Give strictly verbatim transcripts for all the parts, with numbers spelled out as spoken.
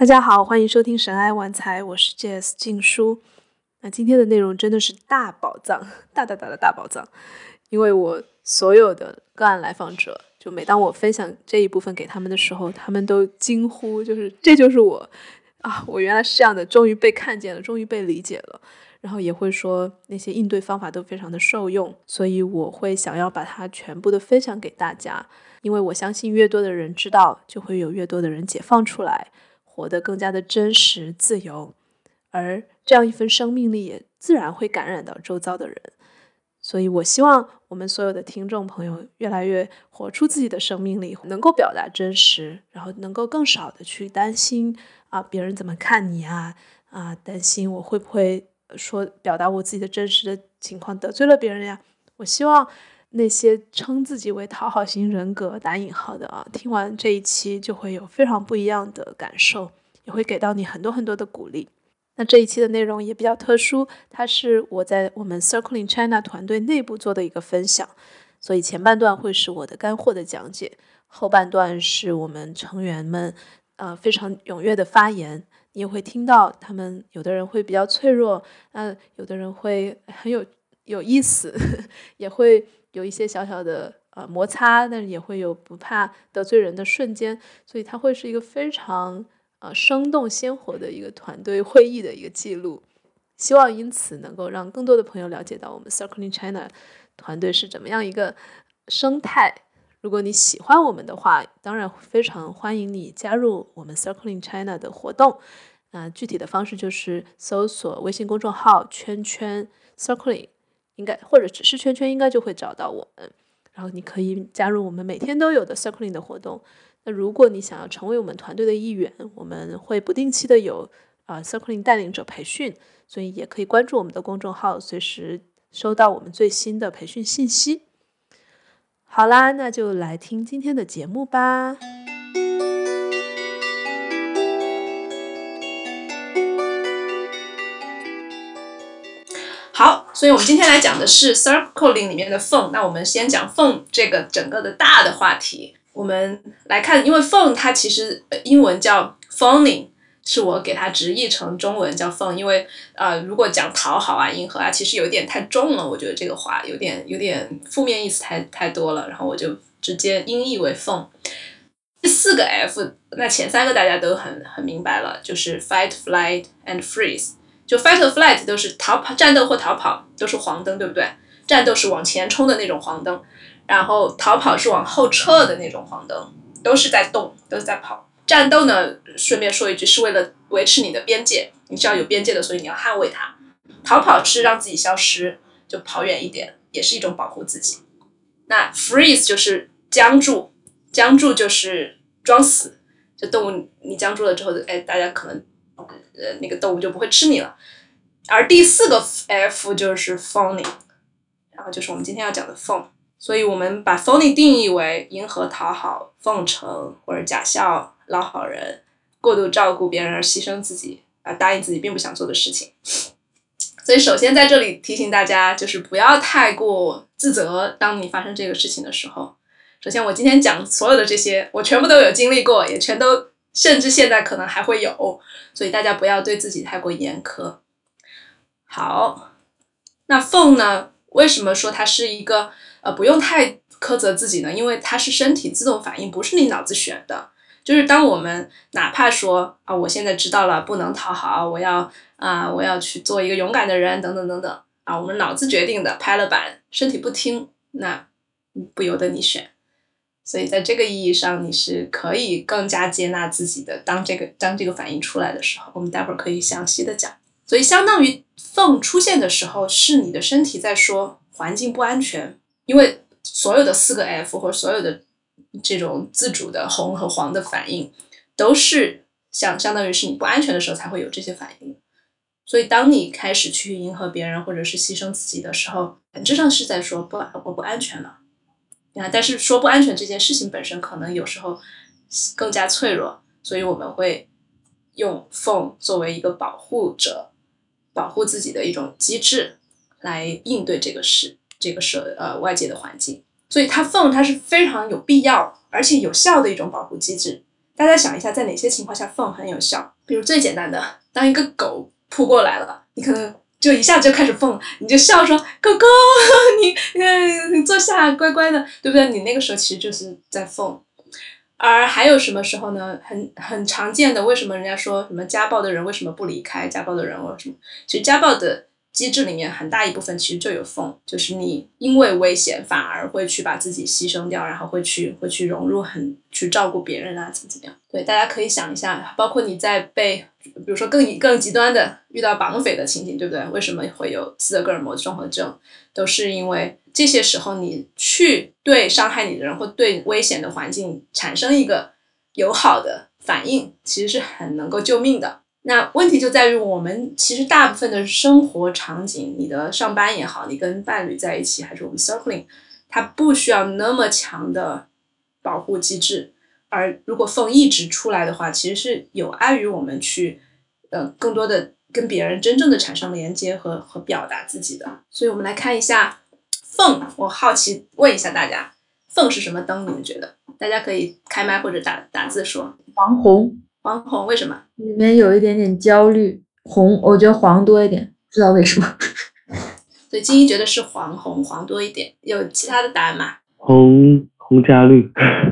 大家好，欢迎收听神爱玩财，我是 Jess 静书。那今天的内容真的是大宝藏，大大大的大宝藏，因为我所有的个案来访者，就每当我分享这一部分给他们的时候，他们都惊呼，就是这就是我啊，我原来是这样的，终于被看见了，终于被理解了。然后也会说那些应对方法都非常的受用，所以我会想要把它全部的分享给大家，因为我相信越多的人知道，就会有越多的人解放出来，活得更加的真实自由，而这样一份生命力也自然会感染到周遭的人。所以我希望我们所有的听众朋友越来越活出自己的生命力，能够表达真实，然后能够更少的去担心啊别人怎么看你啊啊担心我会不会说表达我自己的真实的情况得罪了别人呀。我希望那些称自己为讨好型人格打引号的啊，听完这一期就会有非常不一样的感受，也会给到你很多很多的鼓励。那这一期的内容也比较特殊，它是我在我们 Circling China 团队内部做的一个分享，所以前半段会是我的干货的讲解，后半段是我们成员们呃非常踊跃的发言。你也会听到他们有的人会比较脆弱，呃，有的人会很有有意思，也会有一些小小的呃摩擦，但是也会有不怕得罪人的瞬间，所以它会是一个非常呃生动鲜活的一个团队会议的一个记录。希望因此能够让更多的朋友了解到我们 Circling China 团队是怎么样一个生态。如果你喜欢我们的话，当然非常欢迎你加入我们 Circling China 的活动。呃、具体的方式就是搜索微信公众号圈圈 Circling， 应该或者只是圈圈应该就会找到我们。然后你可以加入我们每天都有的 Circling 的活动。那如果你想要成为我们团队的一员，我们会不定期的有、呃、Circling 带领者培训，所以也可以关注我们的公众号，随时收到我们最新的培训信息。好啦，那就来听今天的节目吧。 好，所以我们今天来讲的是 Circling 里面的缝。那我们先讲缝这个整个的大的话题。我们来看，因为缝它其实英文叫 phoning， 是我给它直译成中文叫缝，因为呃，如果讲讨好啊、迎合啊，其实有点太重了，我觉得这个话有点有点负面意思太太多了，然后我就直接音译为缝。第四个 F， 那前三个大家都很很明白了，就是 fight, flight and freeze。就 fight or flight 都是逃跑、战斗或逃跑，都是黄灯，对不对？战斗是往前冲的那种黄灯，然后逃跑是往后撤的那种黄灯，都是在动，都是在跑。战斗呢，顺便说一句，是为了维持你的边界，你是要有边界的，所以你要捍卫它。逃跑是让自己消失，就跑远一点，也是一种保护自己。那 freeze 就是僵住，僵住就是装死，就动物你僵住了之后，哎，大家可能呃那个动物就不会吃你了。而第四个 F 就是 phoning， 然后就是我们今天要讲的缝。所以我们把 phoning 定义为迎合、讨好、奉承或者假笑、老好人、过度照顾别人而牺牲自己啊，答应自己并不想做的事情。所以首先在这里提醒大家，就是不要太过自责，当你发生这个事情的时候。首先我今天讲所有的这些我全部都有经历过，也全都甚至现在可能还会有，所以大家不要对自己太过严苛。好，那缝呢，为什么说它是一个呃不用太苛责自己呢？因为它是身体自动反应，不是你脑子选的。就是当我们哪怕说啊，我现在知道了不能讨好，我要啊，我要去做一个勇敢的人，等等等等啊，我们脑子决定的，拍了板，身体不听，那不由得你选。所以在这个意义上，你是可以更加接纳自己的。当这个当这个反应出来的时候，我们待会儿可以详细的讲。所以相当于缝出现的时候，是你的身体在说环境不安全，因为所有的四个 F 或者所有的这种自主的红和黄的反应，都是相相当于是你不安全的时候才会有这些反应。所以当你开始去迎合别人或者是牺牲自己的时候，本质上是在说不，我不安全了。但是说不安全这件事情本身可能有时候更加脆弱，所以我们会用缝作为一个保护者，保护自己的一种机制来应对这个事这个社呃外界的环境。所以它缝它是非常有必要而且有效的一种保护机制。大家想一下，在哪些情况下缝很有效？ 比如最简单的，当一个狗扑过来了，你可能就一下就开始蹦，你就笑说狗狗你你坐下乖乖的，对不对？你那个时候其实就是在蹦。而还有什么时候呢？很很常见的，为什么人家说什么家暴的人为什么不离开？家暴的人为什么？其实家暴的机制里面很大一部分其实就有缝，就是你因为危险反而会去把自己牺牲掉，然后会去会去融入很去照顾别人啊，怎么怎么样？对，大家可以想一下，包括你在被比如说更更极端的遇到绑匪的情景，对不对？为什么会有斯德哥尔摩综合症？都是因为这些时候你去对伤害你的人或对危险的环境产生一个友好的反应，其实是很能够救命的。那问题就在于我们其实大部分的生活场景，你的上班也好，你跟伴侣在一起，还是我们 circling， 它不需要那么强的保护机制。而如果缝一直出来的话，其实是有碍于我们去呃更多的跟别人真正的产生连接和和表达自己的。所以我们来看一下缝，我好奇问一下大家，缝是什么灯？你们觉得？大家可以开麦或者打打字说。 黄红， 黄红为什么？ 里面有一点点焦虑，红我觉得黄多一点，不知道为什么。 所以金一觉得是黄红黄多一点，有其他的答案吗？ 红红加绿。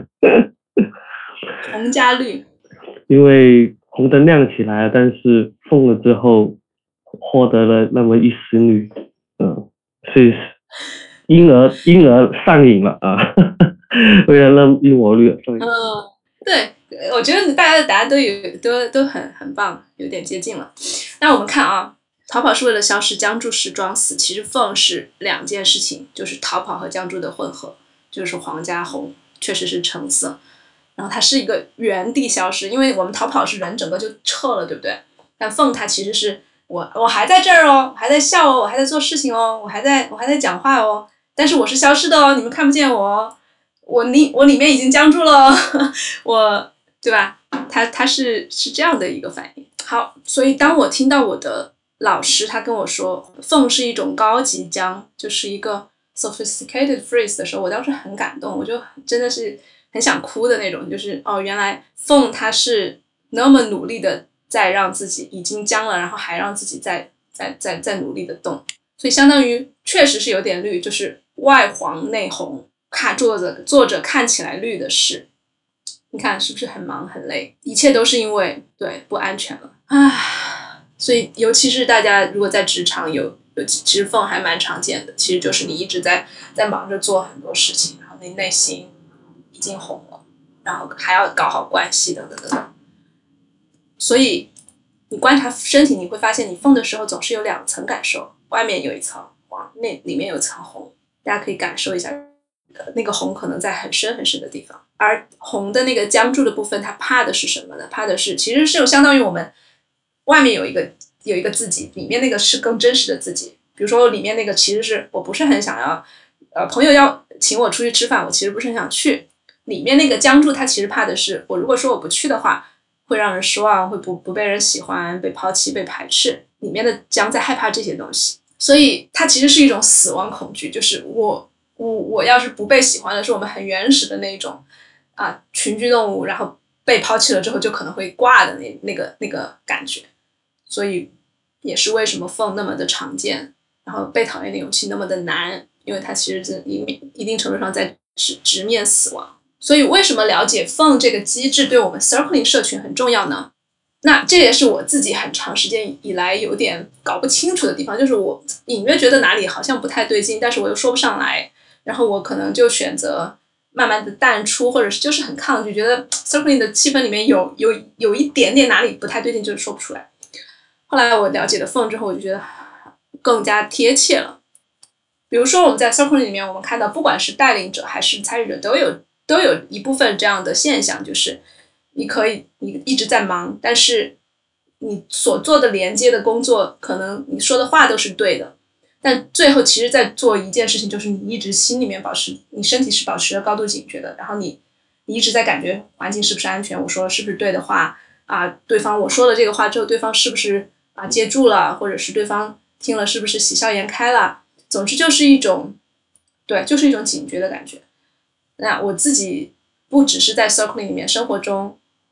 红加绿， 因为红灯亮起来了，但是缝了之后获得了那么一丝绿，嗯，所以因而因而上瘾了啊，为了让因我绿而上瘾。 嗯，对，我觉得大家的答案都有都都很很棒，有点接近了。那我们看啊，逃跑是为了消失，僵住是装死。其实缝是两件事情，就是逃跑和僵住的混合，就是黄加红，确实是橙色。然后它是一个原地消失，因为我们逃跑是人整个就撤了，对不对？但缝它其实是我我还在这儿哦，我还在笑哦，我还在做事情哦，我还在我还在讲话哦，但是我是消失的哦，你们看不见我哦，我里我里面已经僵住了哦，我对吧？它它是是这样的一个反应。好，所以当我听到我的老师他跟我说缝是一种高级僵，就是一个 sophisticated freeze 的时候，我当时很感动，我就真的是很想哭的那种，就是哦，原来缝他是那么努力的在让自己已经僵了，然后还让自己再再再再努力的动，所以相当于确实是有点绿，就是外黄内红，看作者作者看起来绿的是，你看是不是很忙很累？一切都是因为对不安全了啊！所以尤其是大家如果在职场有有其实缝还蛮常见的，其实就是你一直在在忙着做很多事情，然后你内心已经红了，然后还要搞好关系等等等等。所以你观察身体，你会发现你缝的时候总是有两层感受，外面有一层黄，那里面有一层红，大家可以感受一下。那个红可能在很深很深的地方，而红的那个僵住的部分，它怕的是什么呢？怕的是其实是有相当于我们外面有一个有一个自己，里面那个是更真实的自己。比如说里面那个其实是我不是很想要，呃，朋友要请我出去吃饭，我其实不是很想去。里面那个僵住，他其实怕的是我如果说我不去的话，会让人失望，会不不被人喜欢，被抛弃，被排斥。里面的僵在害怕这些东西，所以它其实是一种死亡恐惧，就是我。我我要是不被喜欢的是我们很原始的那种啊群居动物，然后被抛弃了之后就可能会挂的那那个那个感觉，所以也是为什么缝那么的常见，然后被讨厌的勇气那么的难，因为它其实是一一定程度上在直直面死亡。所以为什么了解缝这个机制对我们 circling 社群很重要呢？那这也是我自己很长时间以来有点搞不清楚的地方，就是我隐约觉得哪里好像不太对劲，但是我又说不上来。然后我可能就选择慢慢的淡出，或者是就是很抗拒，觉得 circling 的气氛里面有有有一点点哪里不太对劲，就是说不出来。后来我了解了缝之后，我就觉得更加贴切了。比如说我们在 circling 里面，我们看到不管是带领者还是参与者，都有都有一部分这样的现象，就是你可以你一直在忙，但是你所做的连接的工作，可能你说的话都是对的。但最后其实在做一件事情，就是你一直心里面保持，你身体是保持着高度警觉的，然后你你一直在感觉环境是不是安全，我说是不是对的话啊，对方我说了这个话之后，对方是不是啊接住了，或者是对方听了是不是喜笑颜开了，总之就是一种对，就是一种警觉的感觉。那我自己不只是在 circling 里面，生活中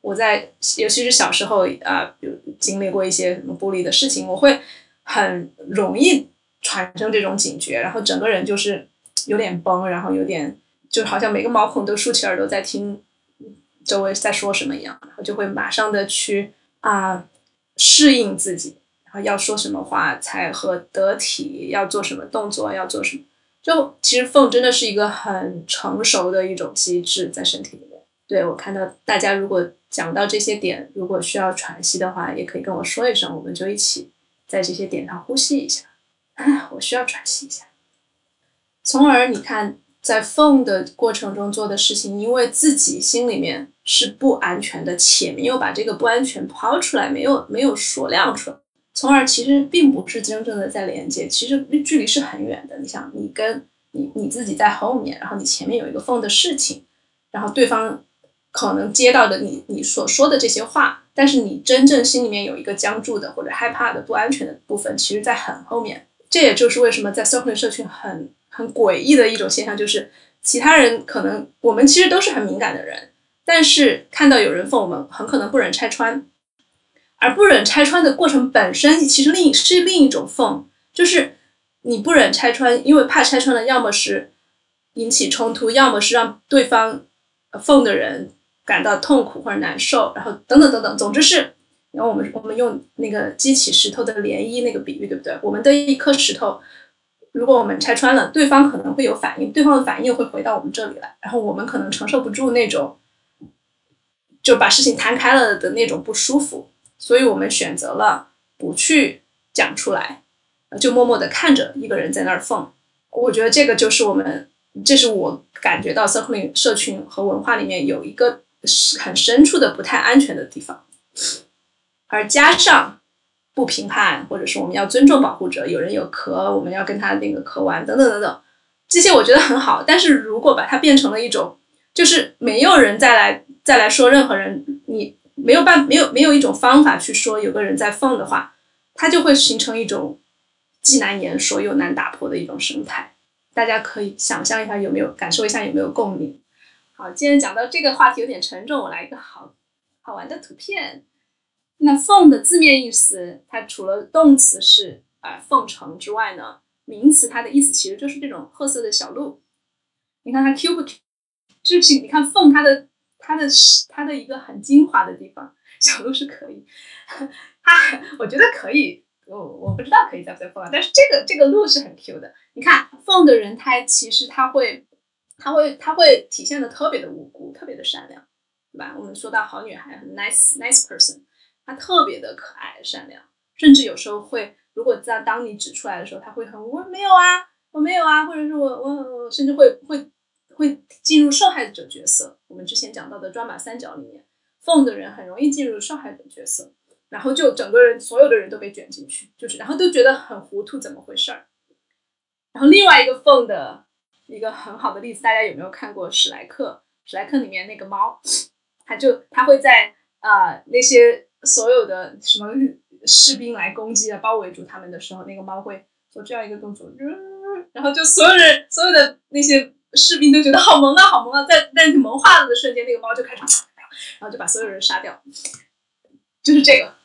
我在尤其是小时候啊，比如经历过一些什么孤立的事情，我会很容易产生这种警觉，然后整个人就是有点崩，然后有点就好像每个毛孔都竖起耳朵在听周围在说什么一样，然后就会马上的去啊适应自己，然后要说什么话才和得体，要做什么动作，要做什么。就其实缝真的是一个很成熟的一种机制在身体里面。对，我看到大家如果讲到这些点，如果需要喘息的话，也可以跟我说一声，我们就一起在这些点上呼吸一下。啊，我需要喘息一下。从而你看，在缝的过程中做的事情，因为自己心里面是不安全的，且没有把这个不安全抛出来，没有没有说亮出来，从而其实并不是真正的在连接，其实距离是很远的。你想，你跟你你自己在后面，然后你前面有一个缝的事情，然后对方可能接到的你你所说的这些话，但是你真正心里面有一个僵住的或者害怕的不安全的部分，其实在很后面。这也就是为什么在 Circling 社群很很诡异的一种现象，就是其他人可能我们其实都是很敏感的人，但是看到有人缝，我们很可能不忍拆穿，而不忍拆穿的过程本身其实另是另一种缝，就是你不忍拆穿，因为怕拆穿了，要么是引起冲突，要么是让对方缝的人感到痛苦或者难受，然后等等等等，总之是。然后我们我们用那个激起石头的涟漪那个比喻，对不对？我们的一颗石头，如果我们拆穿了，对方可能会有反应，对方的反应会回到我们这里来，然后我们可能承受不住那种就把事情摊开了的那种不舒服，所以我们选择了不去讲出来，就默默的看着一个人在那儿缝。我觉得这个就是我们，这是我感觉到 Circling 社群和文化里面有一个很深处的不太安全的地方。而加上不评判，或者是我们要尊重保护者，有人有咳，我们要跟他那个咳完，等等等等，这些我觉得很好。但是如果把它变成了一种，就是没有人再来再来说任何人，你没有办没有没有一种方法去说有个人在缝的话，它就会形成一种既难言说又难打破的一种生态。大家可以想象一下，有没有感受一下有没有共鸣？好，今天讲到这个话题有点沉重，我来一个好好玩的图片。那缝的字面意思，它除了动词是啊、呃、缝成之外呢，名词它的意思其实就是这种褐色的小鹿。你看它 Q 不 Q， 就是你看缝它的它的它的一个很精华的地方，小鹿是可以，它我觉得可以，我我不知道可以在不在缝啊，但是这个这个鹿是很 Q 的。你看缝的人，他其实他会他会他会体现的特别的无辜，特别的善良，对吧？我们说到好女孩，很 nice nice person。他特别的可爱善良，甚至有时候会，如果在当你指出来的时候，他会很我没有啊，我没有啊，或者是我我我甚至会会会进入受害者角色。我们之前讲到的抓马三角里面，缝的人很容易进入受害者角色，然后就整个人所有的人都被卷进去，就是然后都觉得很糊涂，怎么回事儿？然后另外一个缝的一个很好的例子，大家有没有看过史莱克？史莱克里面那个猫，它就它会在啊、呃、那些。所有的什么士兵来攻击啊，包围住他们的时候，那个猫会做这样一个动作，然后就所有人所有的那些士兵都觉得好萌啊好萌啊，在在萌化了的瞬间，那个猫就开始然后就把所有人杀掉，就是这个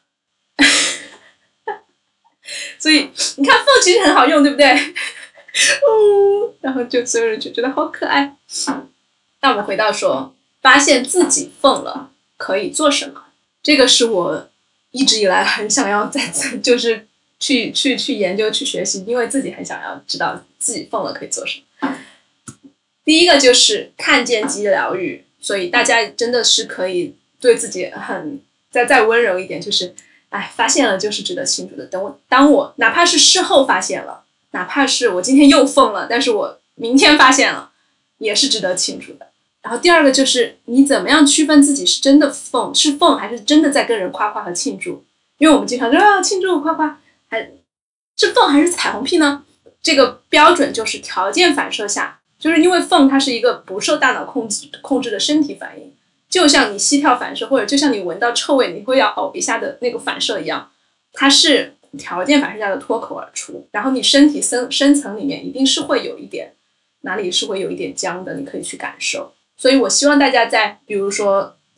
所以你看缝其实很好用，对不对？嗯，然后就所有人就觉得好可爱。那我们回到说发现自己缝了可以做什么，这个是我一直以来很想要在就是去去去研究去学习，因为自己很想要知道自己缝了可以做什么。第一个就是看见即疗愈，所以大家真的是可以对自己很再再温柔一点，就是哎，发现了就是值得庆祝的。等我当我哪怕是事后发现了，哪怕是我今天又缝了，但是我明天发现了，也是值得庆祝的。然后第二个就是你怎么样区分自己是真的缝是缝还是真的在跟人夸夸和庆祝，因为我们经常说啊庆祝夸夸，还是缝还是彩虹屁呢？这个标准就是条件反射下，就是因为缝它是一个不受大脑控制控制的身体反应，就像你膝跳反射或者就像你闻到臭味你会要呕一下的那个反射一样，它是条件反射下的脱口而出，然后你身体深深层里面一定是会有一点哪里是会有一点僵的，你可以去感受。所以我希望大家在比如说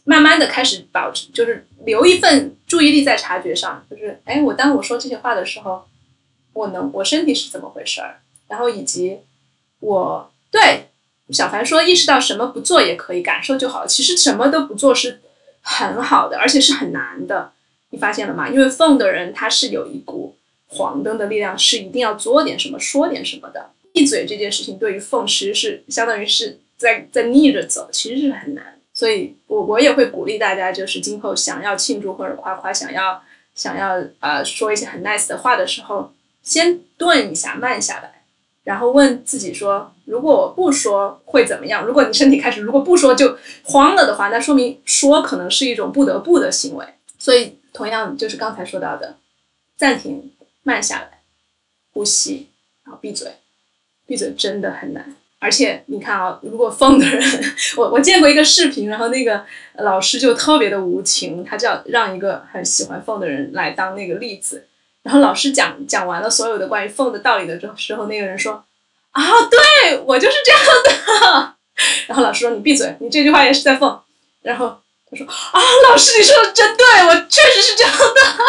慢慢的开始保持，就是留一份注意力在察觉上，就是哎，我当我说这些话的时候，我能我身体是怎么回事儿，然后以及我对小凡说意识到什么不做也可以，感受就好了。其实什么都不做是很好的，而且是很难的，你发现了吗？因为凤的人他是有一股黄灯的力量，是一定要做点什么说点什么的。闭嘴这件事情对于凤其实是相当于是在在逆着走，其实是很难。所以我我也会鼓励大家，就是今后想要庆祝或者夸夸，想要想要呃说一些很 nice 的话的时候，先顿一下，慢下来，然后问自己说，如果我不说会怎么样？如果你身体开始如果不说就慌了的话，那说明说可能是一种不得不的行为。所以同样就是刚才说到的，暂停，慢下来，呼吸，然后闭嘴。闭嘴真的很难。而且你看啊，如果疯的人，我我见过一个视频，然后那个老师就特别的无情，他就要让一个很喜欢疯的人来当那个例子。然后老师讲讲完了所有的关于疯的道理的时候，那个人说啊，对我就是这样的。然后老师说你闭嘴，你这句话也是在疯。然后他说啊，老师你说的真对，我确实是这样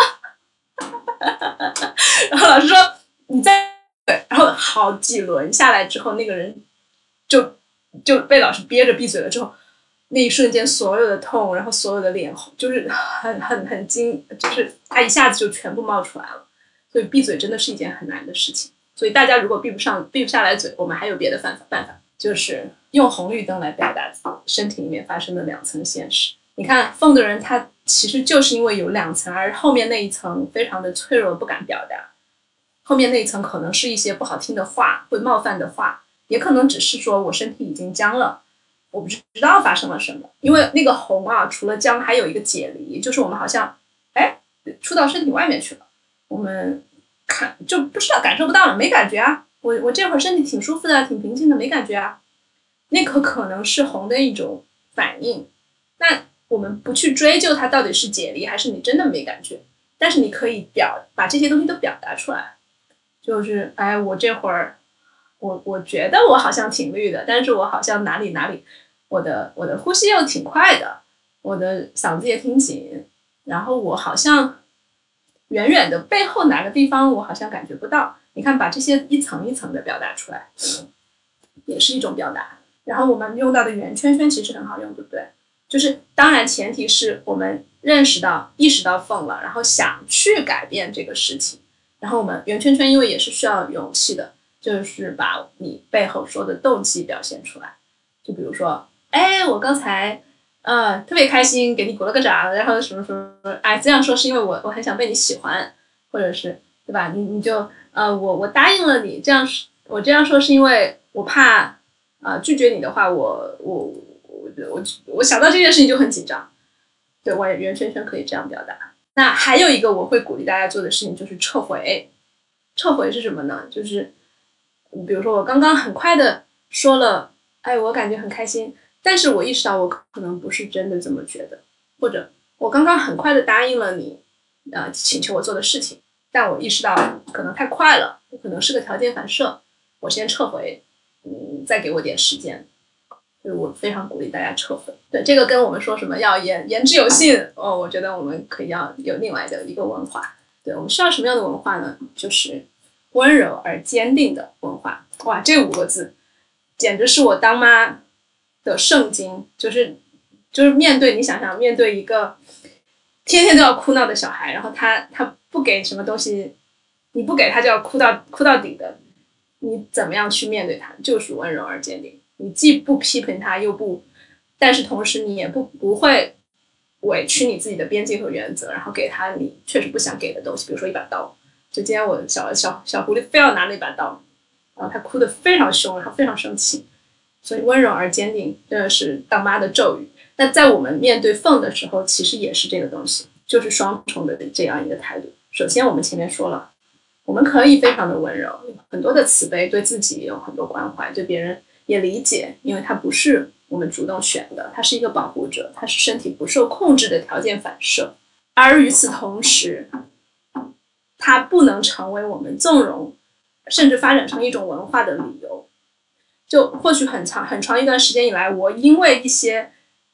的。然后老师说你在。对，然后好几轮下来之后，那个人就就被老师憋着闭嘴了之后，那一瞬间所有的痛，然后所有的脸红，就是很很很惊，就是他一下子就全部冒出来了。所以闭嘴真的是一件很难的事情。所以大家如果闭不上闭不下来嘴，我们还有别的办法办法，就是用红绿灯来表达身体里面发生的两层现实。你看凤的人，他其实就是因为有两层，而后面那一层非常的脆弱，不敢表达。后面那一层可能是一些不好听的话，会冒犯的话，也可能只是说我身体已经僵了，我不知道发生了什么。因为那个红啊，除了僵还有一个解离，就是我们好像哎出到身体外面去了，我们看就不知道感受不到了，没感觉啊，我我这会儿身体挺舒服的，挺平静的，没感觉啊。那可可能是红的一种反应。那我们不去追究它到底是解离还是你真的没感觉，但是你可以表把这些东西都表达出来。就是哎，我这会儿，我我觉得我好像挺绿的，但是我好像哪里哪里，我的我的呼吸又挺快的，我的嗓子也挺紧，然后我好像远远的背后哪个地方我好像感觉不到。你看，把这些一层一层的表达出来，也是一种表达。然后我们用到的圆圈圈其实很好用，对不对？就是当然前提是我们认识到、意识到疯了，然后想去改变这个事情。然后我们圆圈圈因为也是需要勇气的，就是把你背后说的动机表现出来。就比如说，哎，我刚才呃特别开心给你鼓了个掌，然后什么什么，哎，这样说是因为我我很想被你喜欢，或者是对吧？你你就呃我我答应了你，这样我这样说是因为我怕啊、呃、拒绝你的话，我我我我我想到这件事情就很紧张。对，我也圆圈圈可以这样表达。那还有一个我会鼓励大家做的事情就是撤回。撤回是什么呢？就是比如说我刚刚很快的说了，哎，我感觉很开心，但是我意识到我可能不是真的这么觉得，或者我刚刚很快的答应了你呃请求我做的事情，但我意识到可能太快了，可能是个条件反射，我先撤回，嗯，再给我点时间。就是我非常鼓励大家撤回。对，这个跟我们说什么要言言之有信哦，我觉得我们可以要有另外的一个文化。对，我们需要什么样的文化呢？就是温柔而坚定的文化。哇，这五个字简直是我当妈的圣经。就是就是面对你想想，面对一个天天都要哭闹的小孩，然后他他不给什么东西，你不给他就要哭到哭到底的，你怎么样去面对他？就是温柔而坚定。你既不批评他，又不，但是同时你也不不会委屈你自己的边界和原则，然后给他你确实不想给的东西，比如说一把刀。就今天我小小小狐狸非要拿那把刀，然后他哭得非常凶，然后非常生气。所以温柔而坚定真的是当妈的咒语。那在我们面对凤的时候，其实也是这个东西，就是双重的这样一个态度。首先我们前面说了，我们可以非常的温柔，很多的慈悲，对自己有很多关怀，对别人也理解，因为它不是我们主动选的，它是一个保护者，它是身体不受控制的条件反射。而与此同时，它不能成为我们纵容甚至发展成一种文化的理由。就或许很长很长一段时间以来，我因为一些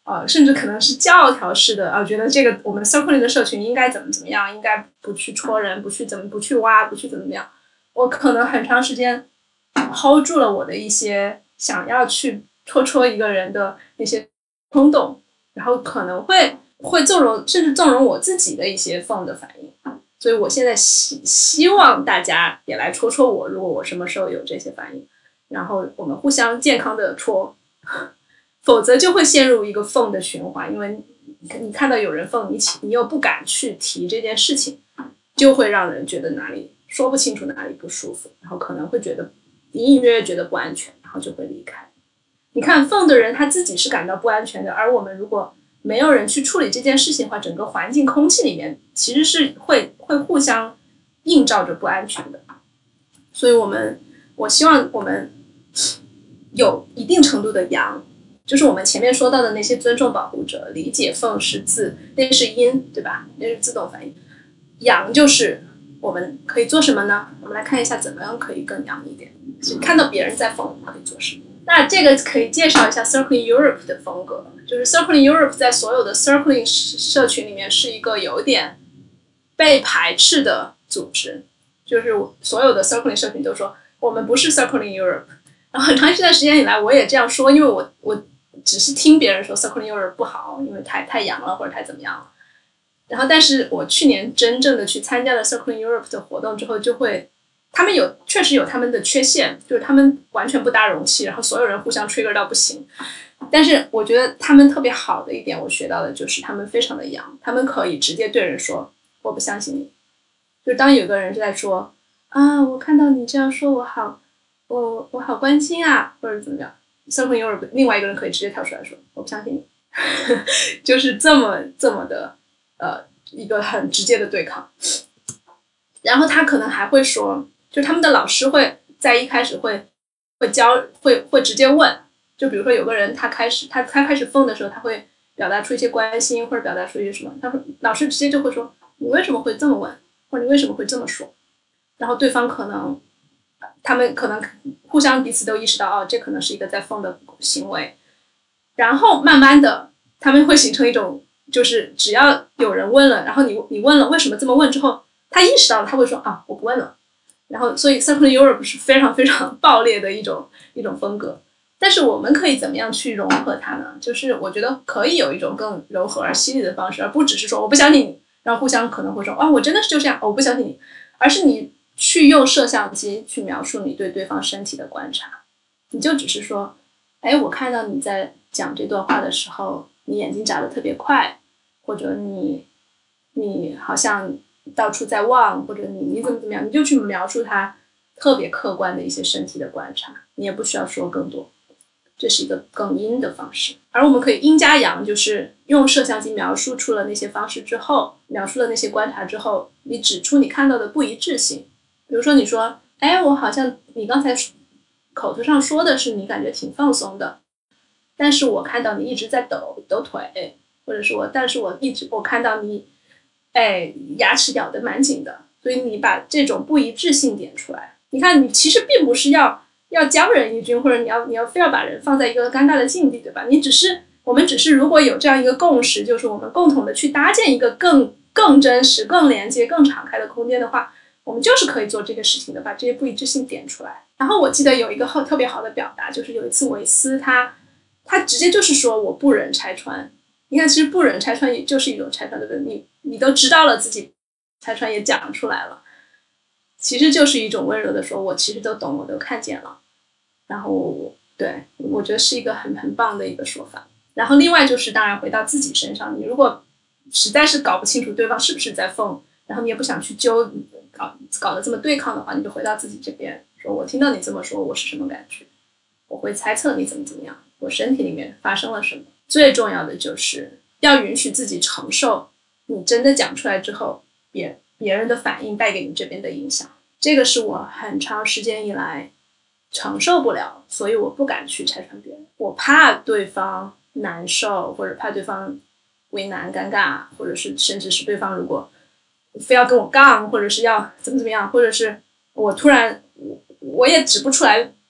呃，甚至可能是教条式的啊，觉得这个我们 circling 的社群应该怎么怎么样，应该不去戳人，不去怎么不去挖，不去怎么怎么样。我可能很长时间 hold 住了我的一些想要去戳戳一个人的那些冲动，然后可能会会纵容，甚至纵容我自己的一些放的反应。所以我现在希希望大家也来戳戳我，如果我什么时候有这些反应，然后我们互相健康的戳，否则就会陷入一个缝的循环，因为你看到有人缝你起，你又不敢去提这件事情，就会让人觉得哪里说不清楚，哪里不舒服，然后可能会觉得隐隐约约觉得不安全，然后就会离开。你看缝的人他自己是感到不安全的，而我们如果没有人去处理这件事情的话，整个环境空气里面其实是会会互相映照着不安全的。所以我们我希望我们有一定程度的阳，就是我们前面说到的那些尊重保护者，理解缝是自，那是阴，对吧？那是自动反应。阳就是我们可以做什么呢？我们来看一下怎么样可以更阳一点，就看到别人在缝可以做什么。那这个可以介绍一下 Circling Europe 的风格，就是 Circling Europe 在所有的 Circling 社群里面是一个有点被排斥的组织，就是所有的 Circling 社群都说我们不是 Circling Europe， 然后很长一段时间以来我也这样说，因为我我只是听别人说 Circling Europe 不好，因为太太阳了或者太怎么样了。然后但是我去年真正的去参加了 Circling Europe 的活动之后，就会他们有确实有他们的缺陷，就是他们完全不搭容器，然后所有人互相 trigger 到不行。但是我觉得他们特别好的一点，我学到的就是他们非常的阳，他们可以直接对人说我不相信你。就是当有个人在说啊，我看到你这样说我好我我好关心啊，或者怎么样， Circling Europe 另外一个人可以直接跳出来说我不相信你就是这么这么的呃一个很直接的对抗。然后他可能还会说，就他们的老师会在一开始会会教会会直接问，就比如说有个人他开始他他开始疯的时候，他会表达出一些关心或者表达出一些什么，他说老师直接就会说你为什么会这么问，或者你为什么会这么说，然后对方可能他们可能互相彼此都意识到哦，这可能是一个在疯的行为，然后慢慢的他们会形成一种，就是只要有人问了，然后你你问了为什么这么问之后，他意识到了，他会说啊，我不问了。然后，所以 Circling Europe 是非常非常暴烈的一种一种风格。但是我们可以怎么样去融合它呢？就是我觉得可以有一种更柔和而犀利的方式，而不只是说我不相信你，然后互相可能会说啊，我真的是就这样，哦，我不相信你，而是你去用摄像机去描述你对对方身体的观察，你就只是说，哎，我看到你在讲这段话的时候，你眼睛眨得特别快，或者你你好像到处在望，或者你你怎么怎么样，你就去描述他特别客观的一些身体的观察，你也不需要说更多，这是一个更阴的方式。而我们可以阴加阳，就是用摄像机描述出了那些方式之后，描述了那些观察之后，你指出你看到的不一致性。比如说你说，哎，我好像你刚才口头上说的是你感觉挺放松的，但是我看到你一直在抖抖腿，或者是我但是我一直我看到你哎，牙齿咬得蛮紧的，所以你把这种不一致性点出来。你看，你其实并不是要要将人一军，或者你要你要非要把人放在一个尴尬的境地，对吧？你只是我们只是如果有这样一个共识，就是我们共同的去搭建一个更更真实、更连接、更敞开的空间的话，我们就是可以做这个事情的，把这些不一致性点出来。然后我记得有一个好特别好的表达，就是有一次韦斯他他直接就是说我不忍拆穿。你看，其实不忍拆穿也就是一种拆穿，对不对？你你都知道了自己拆穿也讲出来了，其实就是一种温柔的说，我其实都懂，我都看见了。然后对，我觉得是一个很很棒的一个说法。然后另外就是当然回到自己身上，你如果实在是搞不清楚对方是不是在疯，然后你也不想去揪搞搞得这么对抗的话，你就回到自己这边，说我听到你这么说，我是什么感觉？我会猜测你怎么怎么样，我身体里面发生了什么。最重要的就是要允许自己承受你真的讲出来之后别别人的反应带给你这边的影响，这个是我很长时间以来承受不了，所以我不敢去拆穿别人，我怕对方难受，或者怕对方为难尴尬，或者是甚至是对方如果非要跟我杠，或者是要怎么怎么样，或者是我突然我我也指不出来我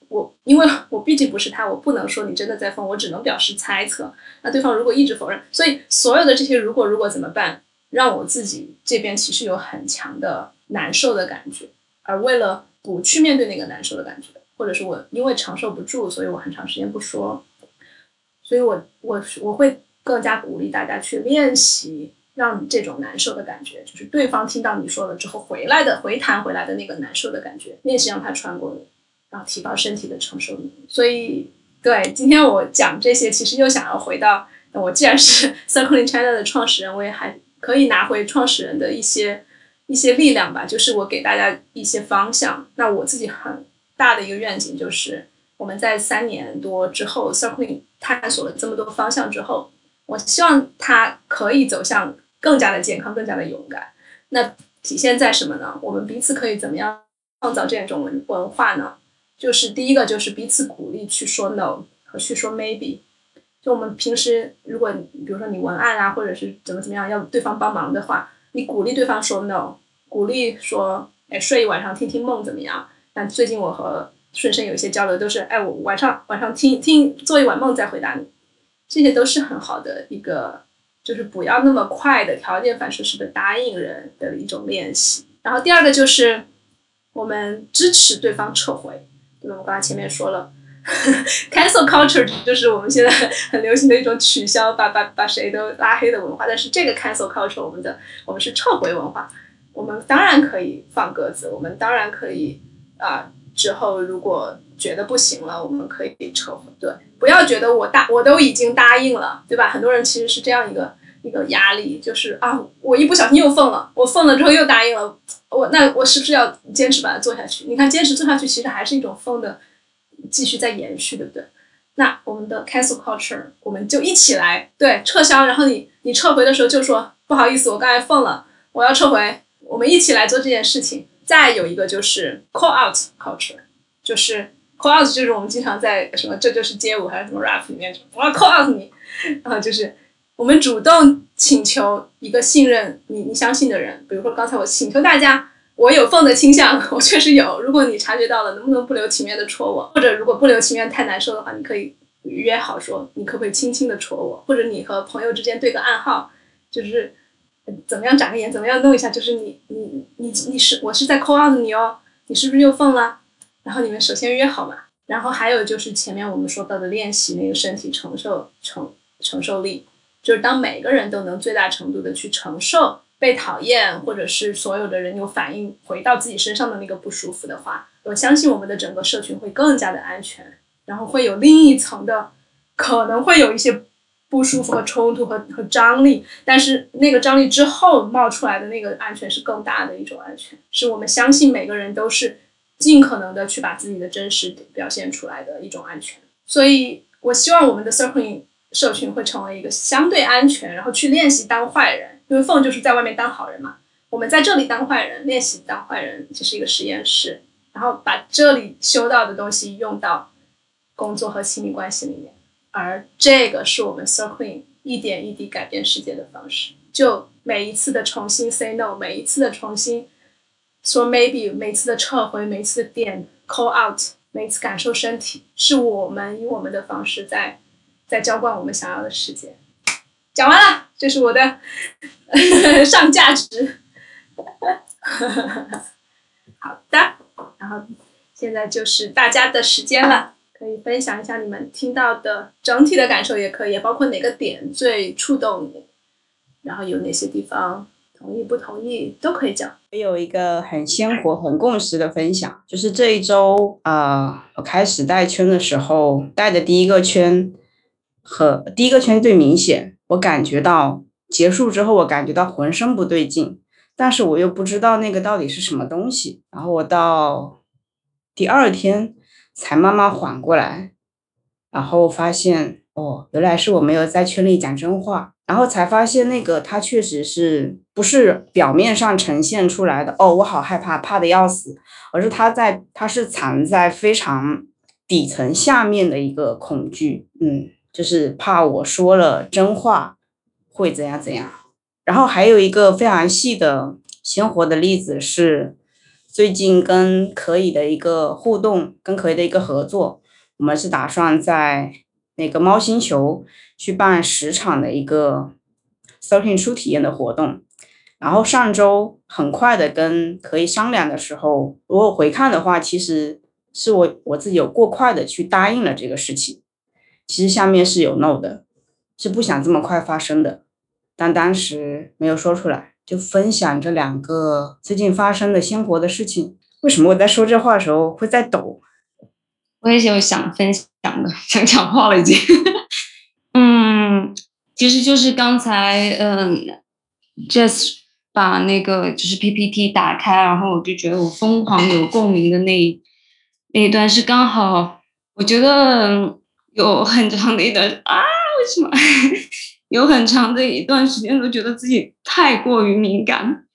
因为我毕竟不是他，我不能说你真的在疯，我只能表示猜测。那对方如果一直否认，所以所有的这些如果如果怎么办，让我自己这边其实有很强的难受的感觉，而为了不去面对那个难受的感觉，或者是我因为承受不住，所以我很长时间不说，所以我我我会更加鼓励大家去练习，让这种难受的感觉，就是对方听到你说了之后回来的回弹回来的那个难受的感觉，练习让它穿过你，然后提高身体的承受力。所以对，今天我讲这些，其实又想要回到我既然是 Circling China 的创始人，我也还可以拿回创始人的一些一些力量吧，就是我给大家一些方向。那我自己很大的一个愿景就是，我们在三年多之后 Circling 探索了这么多方向之后，我希望它可以走向更加的健康，更加的勇敢。那体现在什么呢？我们彼此可以怎么样创造这种文文化呢？就是第一个就是彼此鼓励去说 no 和去说 maybe。就我们平时如果比如说你文案啊，或者是怎么怎么样要对方帮忙的话，你鼓励对方说 no， 鼓励说哎睡一晚上听听梦怎么样。但最近我和顺生有一些交流都是哎我晚上晚上听听做一晚梦再回答你，这些都是很好的一个，就是不要那么快的条件反射式的答应人的一种练习。然后第二个就是我们支持对方撤回，对吧？我刚才前面说了cancel culture 就是我们现在很流行的一种取消把把把谁都拉黑的文化，但是这个 cancel culture 我们的我们是撤回文化，我们当然可以放鸽子，我们当然可以啊、呃，之后如果觉得不行了，我们可以撤回。对，不要觉得我答我都已经答应了，对吧？很多人其实是这样一个一个压力，就是啊，我一不小心又疯了，我疯了之后又答应了，我那我是不是要坚持把它做下去？你看，坚持做下去其实还是一种疯的继续在延续，对不对？那我们的 cancel culture 我们就一起来对撤销，然后你你撤回的时候就说不好意思，我刚才疯了，我要撤回，我们一起来做这件事情。再有一个就是 call out culture， 就是 call out 就是我们经常在什么这就是街舞还是什么 rap 里面，我要 call out 你，然后就是我们主动请求一个信任你你相信的人，比如说刚才我请求大家，我有疯的倾向，我确实有，如果你察觉到了，能不能不留情面的戳我？或者如果不留情面太难受的话，你可以约好说你可不可以轻轻的戳我，或者你和朋友之间对个暗号，就是怎么样眨个眼，怎么样弄一下，就是你你你你是我是在 call out 你哦，你是不是又疯了？然后你们首先约好嘛。然后还有就是前面我们说到的练习那个身体承受承承受力，就是当每个人都能最大程度的去承受被讨厌，或者是所有的人有反应回到自己身上的那个不舒服的话，我相信我们的整个社群会更加的安全，然后会有另一层的可能会有一些不舒服和冲突和和张力，但是那个张力之后冒出来的那个安全是更大的一种安全，是我们相信每个人都是尽可能的去把自己的真实表现出来的一种安全。所以我希望我们的 Circling 社群会成为一个相对安全，然后去练习当坏人，因为凤就是在外面当好人嘛，我们在这里当坏人，练习当坏人，这是一个实验室，然后把这里修到的东西用到工作和亲密关系里面，而这个是我们 Circling 一点一滴改变世界的方式。就每一次的重新 say no， 每一次的重新说 maybe， 每次的撤回，每次的点 call out， 每次感受身体，是我们以我们的方式在在浇灌我们想要的世界。讲完了，这是我的上价值。好的，然后现在就是大家的时间了，可以分享一下你们听到的整体的感受，也可以，包括哪个点最触动你，然后有哪些地方同意不同意都可以讲。 我有一个很鲜活很共识的分享，就是这一周呃，我开始带圈的时候，带的第一个圈和第一个圈最明显，我感觉到结束之后我感觉到浑身不对劲，但是我又不知道那个到底是什么东西，然后我到第二天才慢慢缓过来，然后发现哦，原来是我没有在圈里讲真话，然后才发现那个它确实是不是表面上呈现出来的哦，我好害怕，怕得要死，而是它在它是藏在非常底层下面的一个恐惧，嗯，就是怕我说了真话会怎样怎样。然后还有一个非常细的鲜活的例子是最近跟可以的一个互动，跟可以的一个合作， 我们是打算在那个猫星球去办十场的一个 thirteen 初体验的活动。然后上周很快的跟可以商量的时候，如果回看的话，其实是我我自己有过快的去答应了这个事情。其实下面是有 no 的，是不想这么快发生的，但当时没有说出来，就分享这两个最近发生的鲜活的事情。为什么我在说这话的时候会在抖？ 我也有想分享的，想讲话了已经。嗯，其实就是刚才嗯 ，Jess 把那个就是 P P T 打开，然后我就觉得我疯狂有共鸣的那一那一段是刚好，我觉得有很长的一段啊，为什么有很长的一段时间都觉得自己太过于敏感。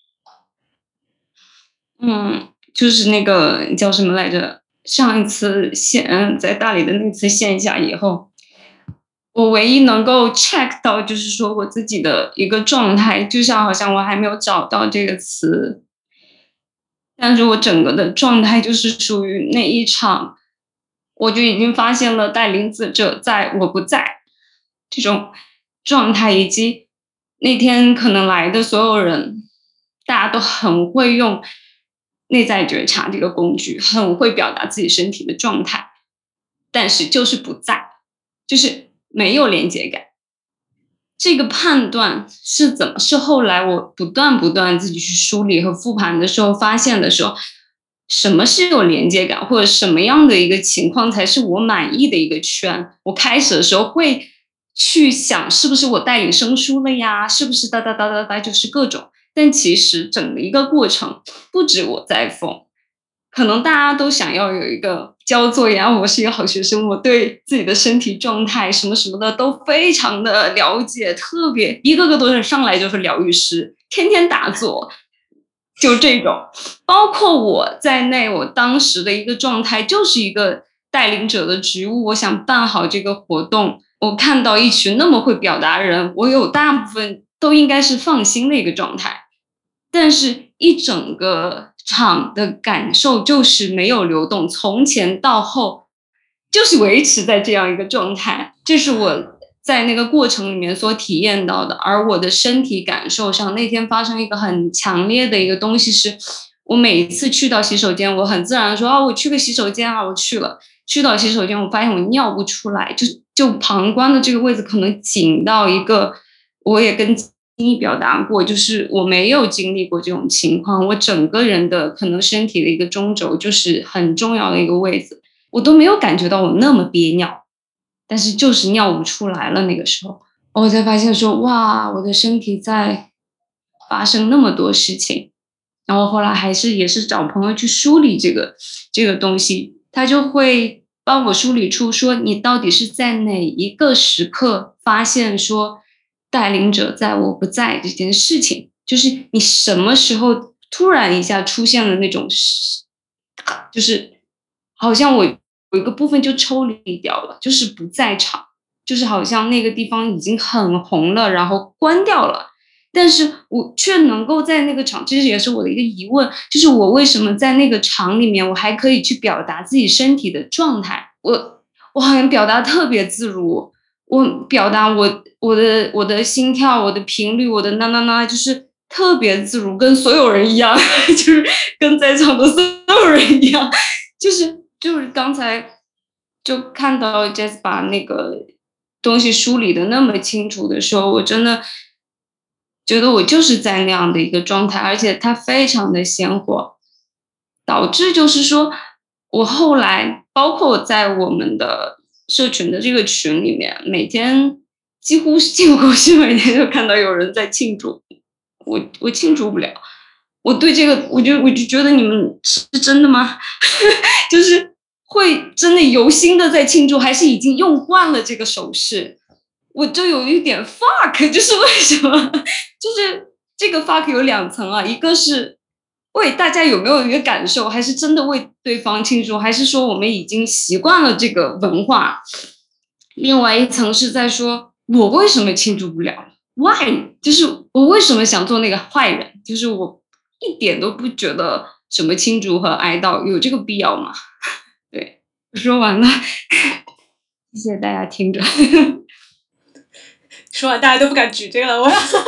嗯，就是那个叫什么来着？上一次线在大理的那次线下以后，我唯一能够 check 到就是说我自己的一个状态，就像好像我还没有找到这个词，但是我整个的状态就是属于那一场，我就已经发现了带领者在我不在这种状态，以及那天可能来的所有人，大家都很会用内在觉察这个工具，很会表达自己身体的状态，但是就是不在，就是没有连接感。这个判断是怎么？是后来我不断不断自己去梳理和复盘的时候发现的时候，什么是有连接感，或者什么样的一个情况才是我满意的一个圈。我开始的时候会去想，是不是我带领生疏了呀？是不是哒哒哒哒哒，就是各种。但其实整个一个过程，不止我在疯，可能大家都想要有一个交作业，我是一个好学生，我对自己的身体状态什么什么的都非常的了解，特别一个个都是上来就是疗愈师，天天打坐，就这种。包括我在内，我当时的一个状态就是一个带领者的职务，我想办好这个活动，我看到一群那么会表达人，我有大部分都应该是放心的一个状态，但是一整个场的感受就是没有流动，从前到后就是维持在这样一个状态，这是我在那个过程里面所体验到的。而我的身体感受上，那天发生一个很强烈的一个东西是，我每一次去到洗手间，我很自然的说啊，我去个洗手间啊，我去了。去到洗手间，我发现我尿不出来，就就膀胱的这个位置可能紧到一个，我也跟你表达过，就是我没有经历过这种情况，我整个人的可能身体的一个中轴就是很重要的一个位置，我都没有感觉到我那么憋尿，但是就是尿不出来了。那个时候我才发现说，哇，我的身体在发生那么多事情。然后后来还是也是找朋友去梳理这个这个东西，他就会帮我梳理出说，你到底是在哪一个时刻发现说带领者在我不在这件事情，就是你什么时候突然一下出现了那种，就是好像我有一个部分就抽离掉了，就是不在场，就是好像那个地方已经很红了，然后关掉了，但是我却能够在那个场，这也是我的一个疑问，就是我为什么在那个场里面我还可以去表达自己身体的状态，我我好像表达特别自如，我表达我我的我的心跳，我的频率，我的那那那，就是特别自如，跟所有人一样，就是跟在场的所有人一样，就是就是刚才就看到 Jess 把那个东西梳理的那么清楚的时候，我真的觉得我就是在那样的一个状态，而且它非常的鲜活，导致就是说我后来包括在我们的社群的这个群里面，每天几乎是几乎是每天就看到有人在庆祝，我我庆祝不了，我对这个我就我就觉得你们是真的吗？就是会真的由心的在庆祝，还是已经用惯了这个手势？我就有一点 fuck， 就是为什么？就是这个 fuck 有两层啊，一个是为大家有没有一个感受，还是真的为对方庆祝，还是说我们已经习惯了这个文化？另外一层是在说我为什么庆祝不了 ？Why？ 就是我为什么想做那个坏人？就是我一点都不觉得什么庆祝和哀悼有这个必要吗？对， 说完了，谢谢大家听着。 说完大家都不敢举这个了，我。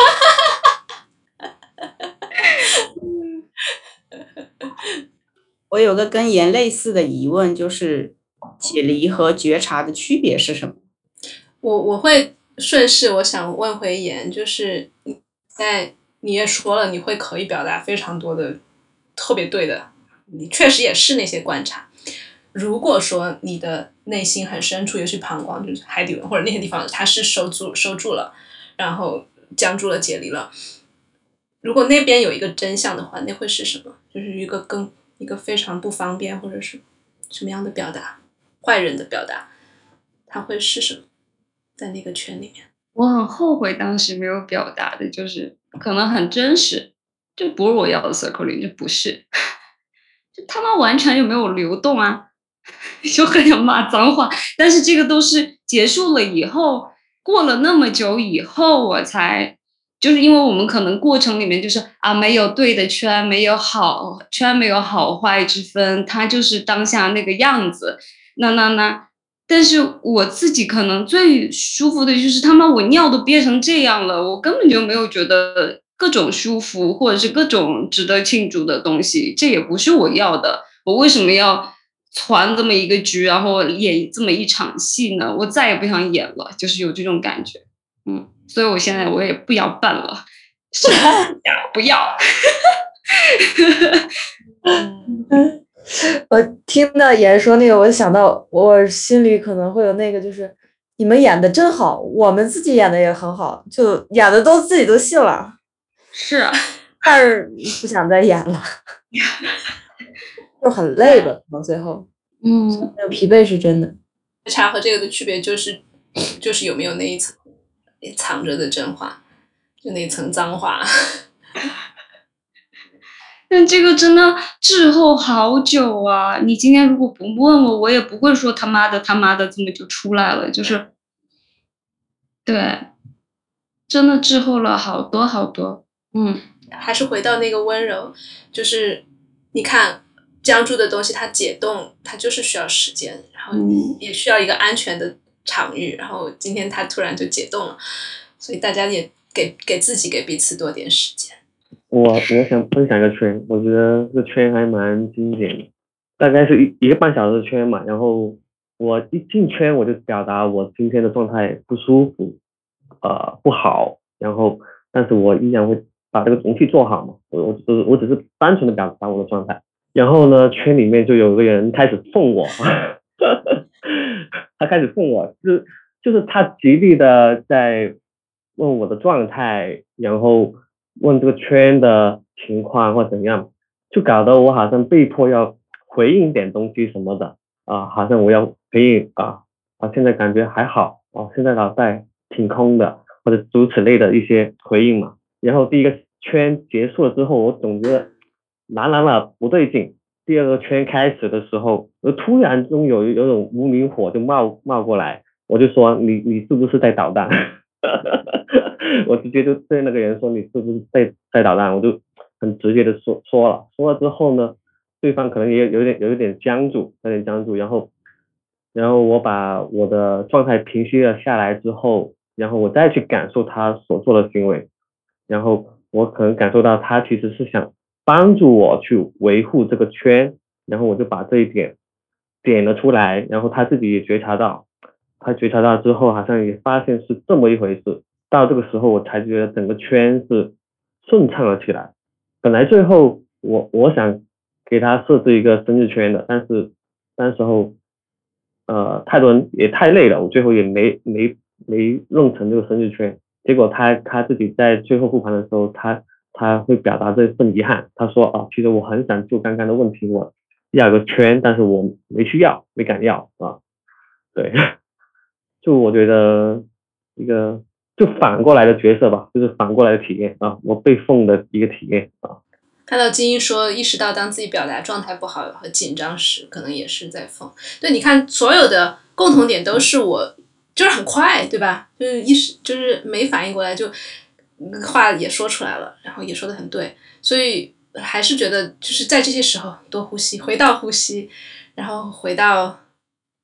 我有个跟盐类似的疑问，就是解离和觉察的区别是什么？ 我我会顺势，我想问回盐，就是在你也说了，你会可以表达非常多的特别对的，你确实也是那些观察。如果说你的内心很深处，尤其膀胱，就是海底轮或者那些地方，它是收住收住了，然后僵住了、解离了。如果那边有一个真相的话，那会是什么？就是一个更一个非常不方便或者是什么样的表达，坏人的表达，它会是什么？在那个圈里面， 我很后悔当时没有表达的，就是可能很真实，这不是我要的 circling， 这不是，就他妈完全就没有流动啊，就很想骂脏话，但是这个都是结束了以后，过了那么久以后，我才就是因为我们可能过程里面就是啊，没有对的圈，没有好圈，没有好坏之分，它就是当下那个样子，那那那。但是我自己可能最舒服的就是他妈我尿都憋成这样了，我根本就没有觉得各种舒服或者是各种值得庆祝的东西，这也不是我要的。我为什么要攒这么一个局，然后演这么一场戏呢？我再也不想演了，就是有这种感觉。嗯，所以我现在我也不要办了，不要。 我听到妍说那个，我就想到我心里可能会有那个，就是你们演的真好，我们自己演的也很好，就演的都自己都信了， 是啊， 但是不想再演了，就很累吧，可能最后， 嗯， 那种疲惫是真的。 觉察和这个的区别就是，就是有没有那一层藏着的真话，就那层脏话。 但这个真的滞后好久啊！你今天如果不问我，我也不会说他妈的他妈的这么就出来了，就是对，真的滞后了好多好多。嗯， 还是回到那个温柔，就是你看僵住的东西，它解冻，它就是需要时间，然后也需要一个安全的场域，然后今天它突然就解冻了，所以大家也给给自己给彼此多点时间。 我我想分享一个圈，我觉得这个圈还蛮经典的，大概是一一个半小时的圈嘛。然后我一进圈，我就表达我今天的状态不舒服，呃不好，然后但是我依然会把这个容器做好嘛。我我只我只是单纯的表达我的状态。然后呢，圈里面就有个人开始讽我，他开始讽我，就是就是他极力的在问我的状态，然后问这个圈的情况或怎样，就搞得我好像被迫要回应点东西什么的啊，好像我要回应啊啊，现在感觉还好啊，现在脑袋挺空的，或者诸如此类的一些回应嘛。然后第一个圈结束了之后，我总觉得哪哪哪不对劲。第二个圈开始的时候，我突然中有有种无名火就冒冒过来，我就说你你是不是在捣蛋？我直接就对那个人说你是不是在在捣蛋？我就很直接的说说了，说了之后呢，对方可能也有点有一点僵住，有点僵住，然后然后我把我的状态平息了下来之后，然后我再去感受他所做的行为，然后我可能感受到他其实是想帮助我去维护这个圈，然后我就把这一点点了出来，然后他自己也觉察到，他觉察到之后好像也发现是这么一回事，到这个时候我才觉得整个圈是顺畅了起来。本来最后我我想给他设置一个生日圈的，但是那时候呃太多人也太累了，我最后也没没没弄成这个生日圈。结果他他自己在最后复盘的时候，他他会表达这份遗憾，他说啊，其实我很想就刚刚的问题，我要个圈，但是我没去要，没敢要啊。对，就我觉得一个就反过来的角色吧，就是反过来的体验啊，我被奉的一个体验啊。 看到金英说意识到当自己表达状态不好和紧张时，可能也是在讽。对，你看所有的共同点都是我就是很快，对吧？就是意识就是没反应过来，就话也说出来了，然后也说得很对，所以还是觉得就是在这些时候多呼吸，回到呼吸，然后回到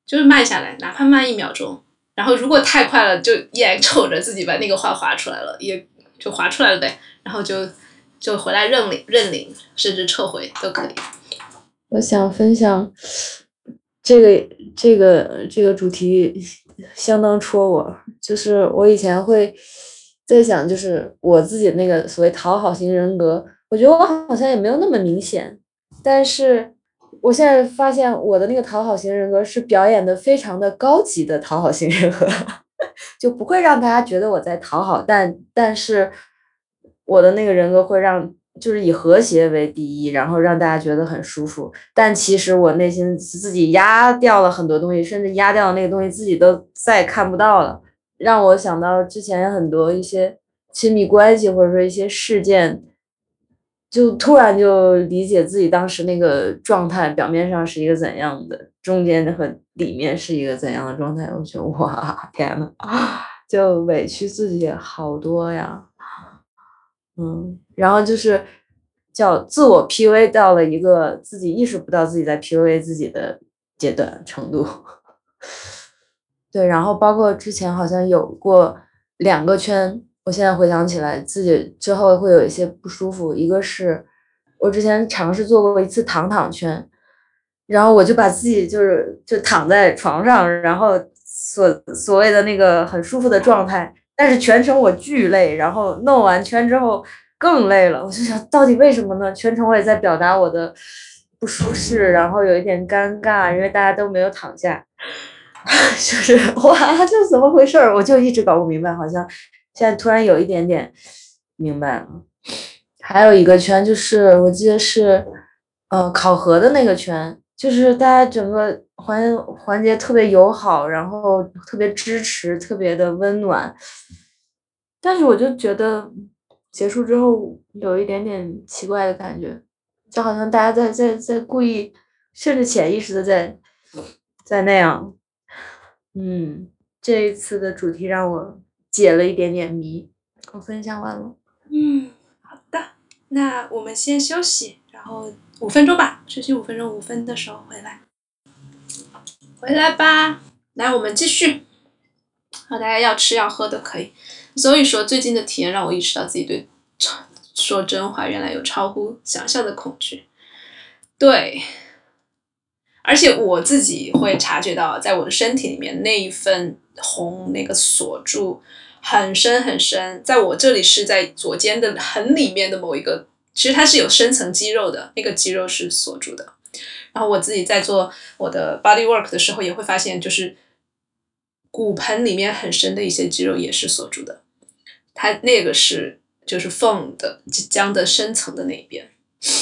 就是慢下来，哪怕慢一秒钟。然后如果太快了，就眼瞅着自己把那个画画出来了，也就画出来了呗，然后就就回来认领认领，甚至撤回都可以。 我想分享这个这个这个主题相当戳我，就是我以前会在想，就是我自己那个所谓讨好型人格，我觉得我好像也没有那么明显，但是我现在发现我的那个讨好型人格是表演的非常的高级的讨好型人格，就不会让大家觉得我在讨好，但但是我的那个人格会让就是以和谐为第一，然后让大家觉得很舒服，但其实我内心自己压掉了很多东西，甚至压掉的那个东西自己都再也看不到了，让我想到之前很多一些亲密关系或者说一些事件，就突然就理解自己当时那个状态表面上是一个怎样的，中间和里面是一个怎样的状态，我觉得哇天呐，就委屈自己好多呀。嗯，然后就是叫自我 P U A 到了一个自己意识不到自己在 P U A 自己的阶段程度。对，然后包括之前好像有过两个圈，我现在回想起来自己之后会有一些不舒服，一个是我之前尝试做过一次躺躺圈，然后我就把自己就是就躺在床上，然后所所谓的那个很舒服的状态，但是全程我巨累，然后弄完圈之后更累了，我就想到底为什么呢？全程我也在表达我的不舒适，然后有一点尴尬，因为大家都没有躺下，就是哇，这是怎么回事儿？我就一直搞不明白，好像现在突然有一点点明白了。还有一个圈就是我记得是呃考核的那个圈，就是大家整个环环节特别友好，然后特别支持，特别的温暖。但是我就觉得结束之后有一点点奇怪的感觉，就好像大家在在在故意，甚至潜意识的在在那样。嗯，这一次的主题让我解了一点点谜。我分享完了。 嗯，好的，那我们先休息，然后五分钟吧，休息五分钟，五分的时候回来。回来吧，来，我们继续。好，大家要吃要喝都可以。所以说，最近的体验让我意识到自己对说真话原来有超乎想象的恐惧。对，而且我自己会察觉到，在我的身体里面那一份红那个锁住很深很深，在我这里是在左肩的很里面的某一个，其实它是有深层肌肉的，那个肌肉是锁住的。然后我自己在做我的 body work 的时候也会发现，就是骨盆里面很深的一些肌肉也是锁住的，它那个是就是缝的即将的深层的那一边。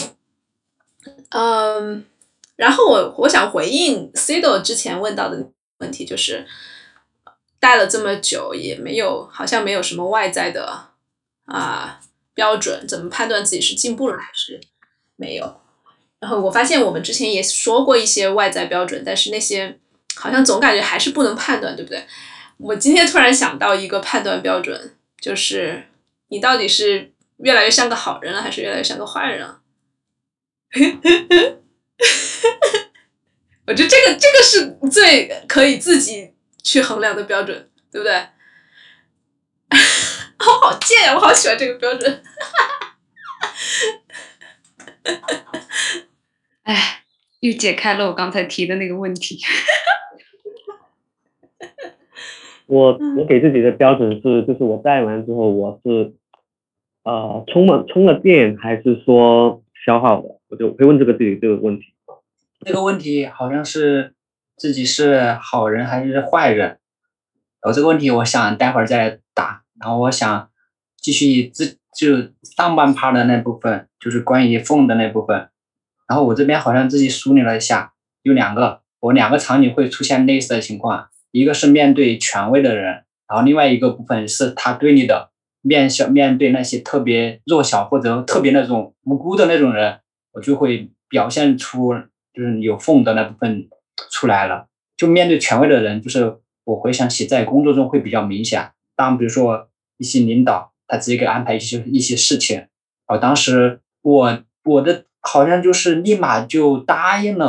嗯，然后我我想回应 Cido 之前问到的问题，就是戴了这么久也没有，好像没有什么外在的啊标准，怎么判断自己是进步了还是没有？然后我发现我们之前也说过一些外在标准，但是那些好像总感觉还是不能判断，对不对？我今天突然想到一个判断标准，就是你到底是越来越像个好人了，还是越来越像个坏人了？我觉得这个这个是最可以自己去衡量的标准，对不对？我好贱呀，我好喜欢这个标准。 哎，又解开了我刚才提的那个问题。 我我给自己的标准是，就是我戴完之后我是呃充了充了电，还是说消耗的？我就会问这个自己这个问题。 这个问题好像是自己是好人还是坏人，然后这个问题我想待会儿再答。然后我想继续自就上半 part 的那部分，就是关于缝的那部分。然后我这边好像自己梳理了一下，有两个，我两个场景会出现类似的情况，一个是面对权威的人，然后另外一个部分是他对你的面小面对那些特别弱小或者特别那种无辜的那种人，我就会表现出就是有缝的那部分出来了。就面对权威的人，就是我回想起在工作中会比较明显，当比如说一些领导他直接给安排一些一些事情，然后当时我我的好像就是立马就答应了，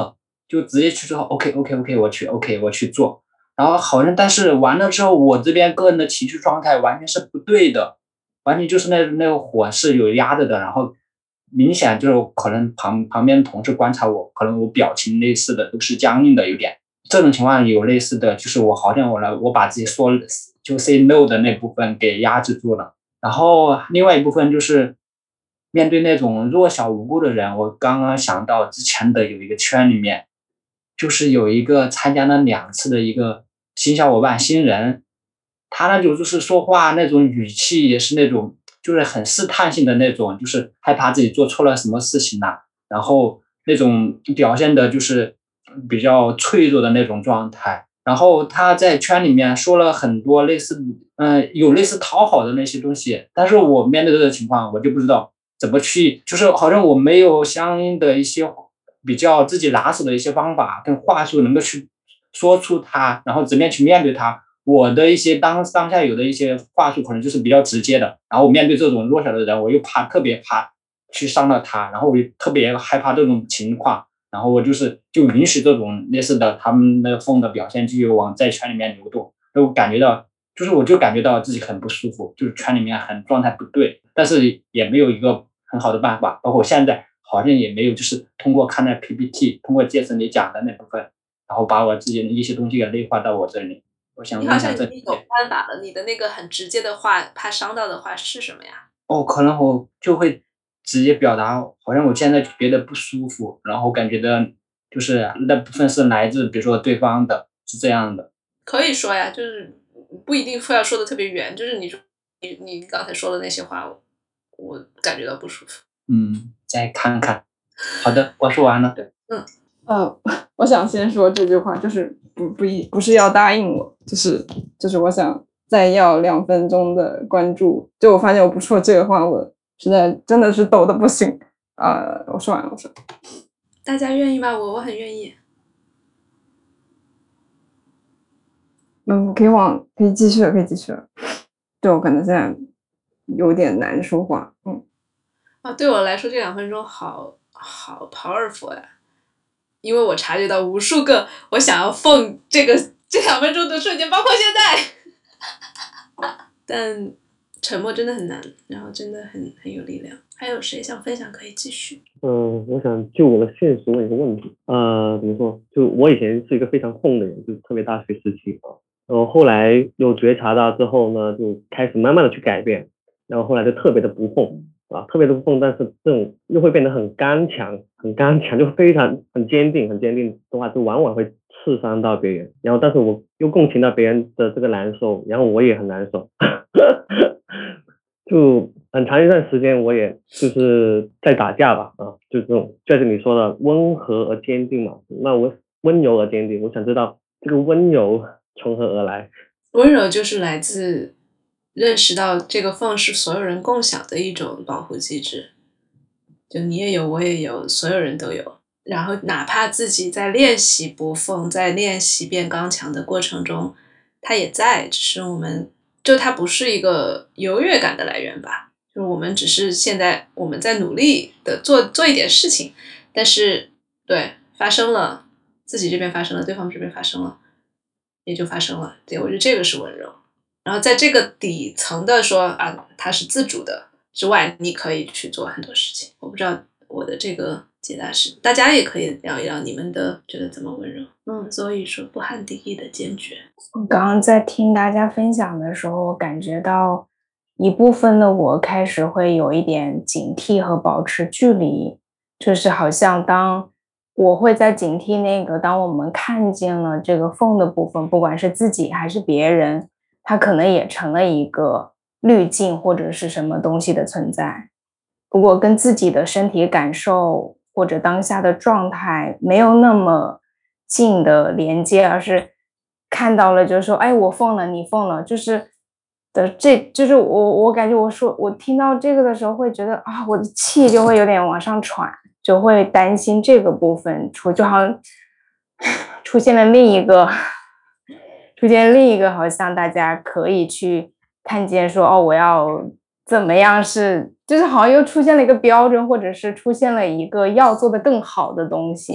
就直接去做 OK OK OK 我去 OK 我去做，然后好像但是完了之后我这边个人的情绪状态完全是不对的，完全就是那那个火是有压着的，然后明显就是可能旁旁边同事观察我，可能我表情类似的都是僵硬的有点，这种情况有类似的就是我好像我来我把自己说就 say no 的那部分给压制住了，然后另外一部分就是面对那种弱小无辜的人，我刚刚想到之前的有一个圈里面，就是有一个参加了两次的一个新小伙伴新人，他呢就是说话那种语气也是那种就是很试探性的那种，就是害怕自己做错了什么事情啊，然后那种表现的就是比较脆弱的那种状态，然后他在圈里面说了很多类似嗯、呃、有类似讨好的那些东西，但是我面对这个情况我就不知道怎么去，就是好像我没有相应的一些比较自己拿手的一些方法跟话术能够去说出它，然后直面去面对它。我的一些当当下有的一些话术可能就是比较直接的，然后我面对这种弱小的人，我又怕特别怕去伤到他，然后我又特别害怕这种情况，然后我就是就允许这种类似的他们的风的表现继续往在圈里面流动，所以我感觉到就是我就感觉到自己很不舒服，就是圈里面很状态不对，但是也没有一个很好的办法，包括现在好像也没有就是通过看那 P P T， 通过杰森你讲的那部分，然后把我自己的一些东西给内化到我这里。我想你好像已经有办法了，你的那个很直接的话怕伤到的话是什么呀？ 哦，可能我就会直接表达，好像我现在觉得不舒服，然后感觉到就是那部分是来自比如说对方的，是这样的。 可以说呀，就是不一定非要说的特别圆，就是你说你你刚才说的那些话，我我感觉到不舒服。 嗯，再看看。好的，我说完了。 对，嗯。 呃，我想先说这句话，就是不不一不是要答应我，就是就是我想再要两分钟的关注。就我发现我不说这个话，我实在真的是抖得不行啊、呃！我说完了，我说。 大家愿意吗？我我很愿意。 嗯，可以往可以继续了，可以继续了。对我可能现在有点难说话，嗯。 啊，对我来说这两分钟好好 powerful 呀。因为我察觉到无数个我想要奉这个这两分钟的瞬间，包括现在。但沉默真的很难，然后真的很很有力量。还有谁想分享可以继续？ 嗯，我想就我的现实问一个问题，呃，怎么说？就我以前是一个非常混的人，就是特别大学时期啊，然后后来又觉察到之后呢，就开始慢慢的去改变，然后后来就特别的不混。啊，特别的不混，但是这种又会变得很刚强，很刚强，就非常很坚定，很坚定的话，就往往会刺伤到别人。然后，但是我又共情到别人的这个难受，然后我也很难受，就很长一段时间，我也就是在打架吧，啊，就这种，就是你说的温和而坚定嘛。那我温柔而坚定，我想知道这个温柔从何而来？ 温柔就是来自。认识到这个缝是所有人共享的一种保护机制，就你也有我也有，所有人都有，然后哪怕自己在练习不缝，在练习变刚强的过程中它也在，只是我们就它不是一个优越感的来源吧，就我们只是现在我们在努力的做做一点事情，但是对发生了，自己这边发生了，对方这边发生了，也就发生了，对，我觉得这个是温柔。然后在这个底层的说啊，它是自主的之外，你可以去做很多事情。我不知道我的这个解答是，大家也可以聊一聊你们的觉得怎么温柔。嗯，所以说不含敌意的坚决。 我刚刚在听大家分享的时候，我感觉到一部分的我开始会有一点警惕和保持距离，就是好像当我会在警惕那个，当我们看见了这个缝的部分，不管是自己还是别人，它可能也成了一个滤镜或者是什么东西的存在。如果跟自己的身体感受或者当下的状态没有那么近的连接，而是看到了就是说，哎，我缝了，你缝了，就是的，这就是我我感觉我说我听到这个的时候会觉得啊，我的气就会有点往上喘，就会担心这个部分出，就好像出现了另一个。出现另一个好像大家可以去看见说哦，我要怎么样是就是好像又出现了一个标准，或者是出现了一个要做的更好的东西，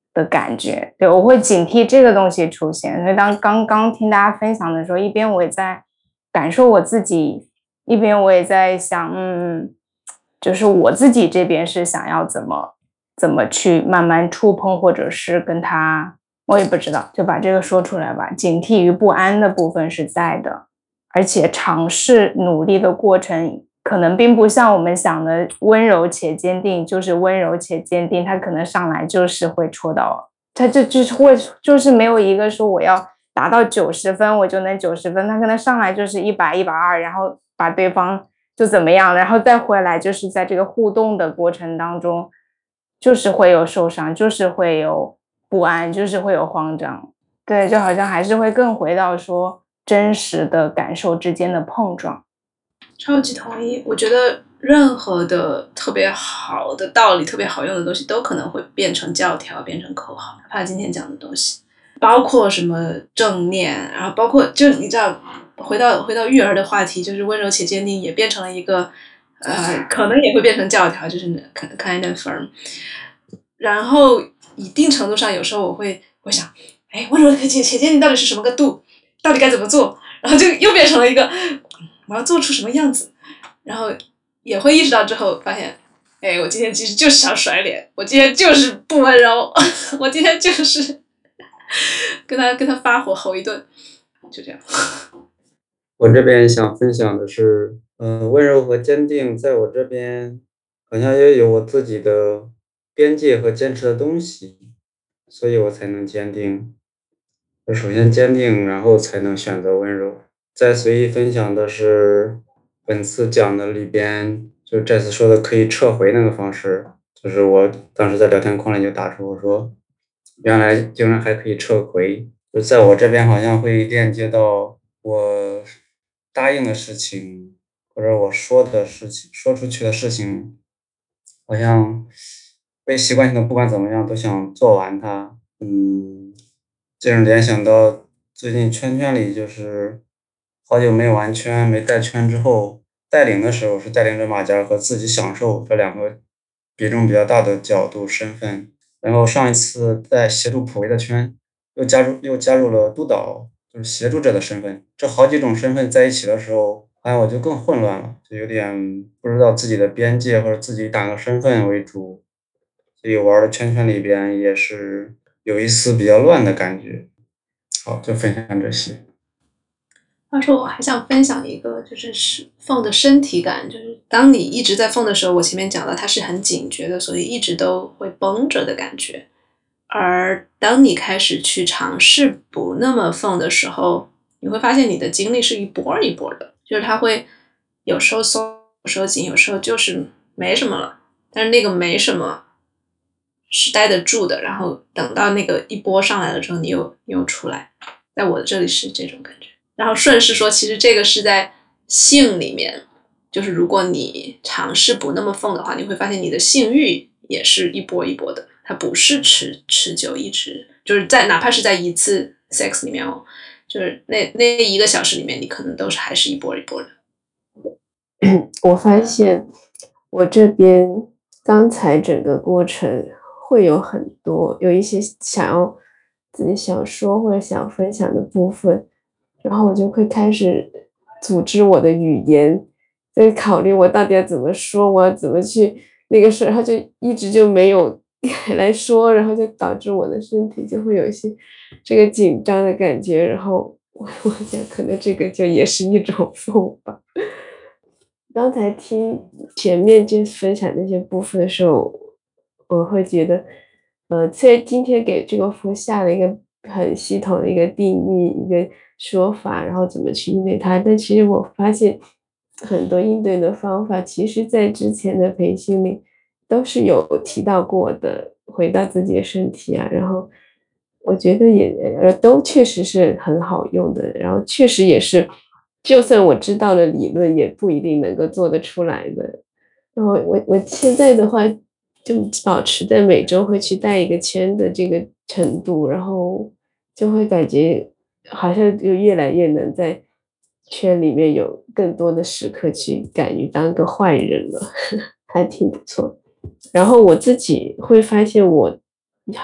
的感觉，对，我会警惕这个东西出现。所以当刚刚听大家分享的时候，一边我也在感受我自己，一边我也在想，嗯，就是我自己这边是想要怎么怎么去慢慢触碰，或者是跟他，我也不知道，就把这个说出来吧。警惕与不安的部分是在的，而且尝试努力的过程可能并不像我们想的温柔且坚定，就是温柔且坚定，他可能上来就是会戳到，他就就是会就是没有一个说我要达到九十分我就能九十分，他可能上来就是一百一百二，然后把对方就怎么样，然后再回来，就是在这个互动的过程当中，就是会有受伤，就是会有不安，就是会有慌张，对，就好像还是会更回到说真实的感受之间的碰撞。 超级同意，我觉得任何的特别好的道理、特别好用的东西，都可能会变成教条、变成口号。哪怕今天讲的东西，包括什么正念，然后包括就你知道，回到回到育儿的话题，就是温柔且坚定，也变成了一个呃，可能也会变成教条，就是 kind and firm。然后一定程度上，有时候我会我想，哎，温柔且且坚定到底是什么个度？到底该怎么做？然后就又变成了一个。我要做出什么样子，然后也会意识到之后发现，哎，我今天其实就是想甩脸，我今天就是不温柔，我今天就是跟他跟他发火吼一顿，就这样。 我这边想分享的是，嗯、呃，温柔和坚定，在我这边好像也有我自己的边界和坚持的东西，所以我才能坚定。首先坚定，然后才能选择温柔。再随意分享的是本次讲的里边，就这次说的可以撤回那个方式，就是我当时在聊天框里就打出我说，原来竟然还可以撤回，就在我这边好像会链接到我答应的事情，或者我说的事情，说出去的事情，好像被习惯性的不管怎么样都想做完它。嗯，这种联想到最近圈圈里就是好久没完圈没带圈之后，带领的时候是带领着马甲和自己享受这两个比重比较大的角度身份，然后上一次在协助普维的圈又加入又加入了督导，就是协助者的身份，这好几种身份在一起的时候，哎，我就更混乱了，就有点不知道自己的边界或者自己打个身份为主，所以玩的圈圈里边也是有一丝比较乱的感觉。好，就分享这些。 话说我还想分享一个，就是是凤的身体感，就是当你一直在凤的时候，我前面讲到它是很警觉的，所以一直都会绷着的感觉。而当你开始去尝试不那么凤的时候，你会发现你的精力是一波一波的，就是它会有时候松，有时候紧，有时候就是没什么了，但是那个没什么是待得住的，然后等到那个一波上来了之后，你又你又出来，在我这里是这种感觉。然后顺势说，其实这个是在性里面，就是如果你尝试不那么凤的话，你会发现你的性欲也是一波一波的，它不是持持久一直，就是在哪怕是在一次 sex 里面哦，就是那那一个小时里面，你可能都是还是一波一波的。 我发现我这边刚才整个过程会有很多有一些想要自己想说或者想分享的部分，然后我就会开始组织我的语言，在考虑我到底要怎么说，我要怎么去那个时候，然后就一直就没有来说，然后就导致我的身体就会有一些这个紧张的感觉，然后我我想可能这个就也是一种凤吧。刚才听前面就分享那些部分的时候，我会觉得呃，虽然今天给这个符下了一个很系统的一个定义一个说法，然后怎么去应对它，但其实我发现很多应对的方法其实在之前的培训里都是有提到过的，回到自己的身体啊，然后我觉得也都确实是很好用的，然后确实也是就算我知道了理论也不一定能够做得出来的。然后我我现在的话就保持在每周会去带一个圈的这个程度，然后就会感觉好像就越来越能在圈里面有更多的时刻去敢于当个坏人了，还挺不错。然后我自己会发现我很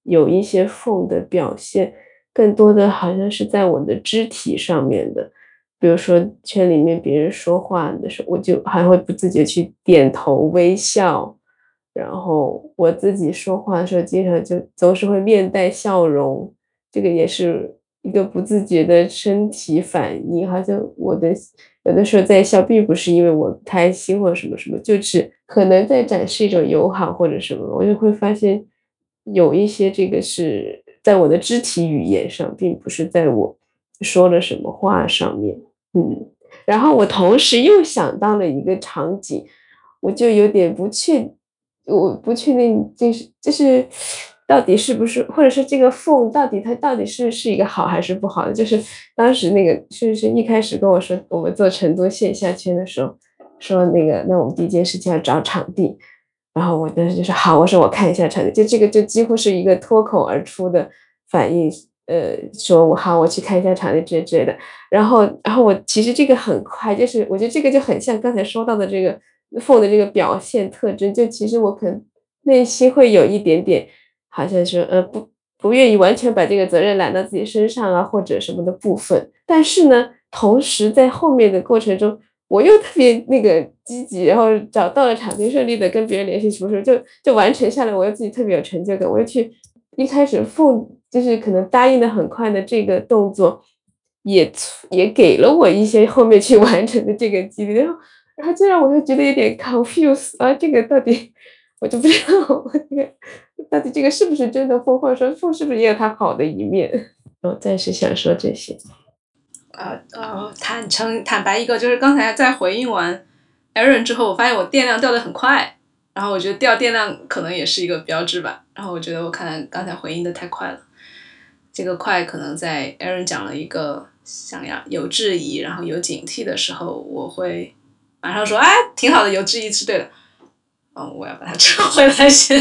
有一些凤的表现，更多的好像是在我的肢体上面的。比如说圈里面别人说话的时候，我就还会不自觉去点头微笑，然后我自己说话的时候经常就总是会面带笑容，这个也是一个不自觉的身体反应，好像我的有的时候在笑并不是因为我开心或者什么什么，就是可能在展示一种友好或者什么，我就会发现有一些这个是在我的肢体语言上，并不是在我说了什么话上面。嗯，然后我同时又想到了一个场景，我就有点不确，我不确定就是就是到底是不是，或者是这个凤到底它到底是是一个好还是不好的。就是当时那个是是一开始跟我说我们做成都线下圈的时候，说那个那我们第一件事情要找场地，然后我当时就说好，我说我看一下场地，就这个就几乎是一个脱口而出的反应。呃，说我好，我去看一下场地之类之类的。然后，然后我其实这个很快，就是我觉得这个就很像刚才说到的这个凤的这个表现特征。就其实我可能内心会有一点点，好像说呃不不愿意完全把这个责任揽到自己身上啊，或者什么的部分。但是呢，同时在后面的过程中，我又特别那个积极，然后找到了场地，顺利的跟别人联系，什么时候就就完成下来，我又自己特别有成就感。我又去一开始凤。就是可能答应的很快的这个动作也也给了我一些后面去完成的这个激励，然后然后这让我就觉得有点 confused 啊，这个到底我就不知道这个到底这个是不是真的凤，或者说凤是不是也有它好的一面。我暂时想说这些。 呃呃，坦诚坦白一个，就是刚才在回应完 Aaron 之后，我发现我电量掉得很快，然后我觉得掉电量可能也是一个标志吧，然后我觉得我可能刚才回应的太快了。这个快可能在 Aaron 讲了一个想要有质疑然后有警惕的时候，我会马上说哎挺好的，有质疑是对的，嗯，我要把它撤回来先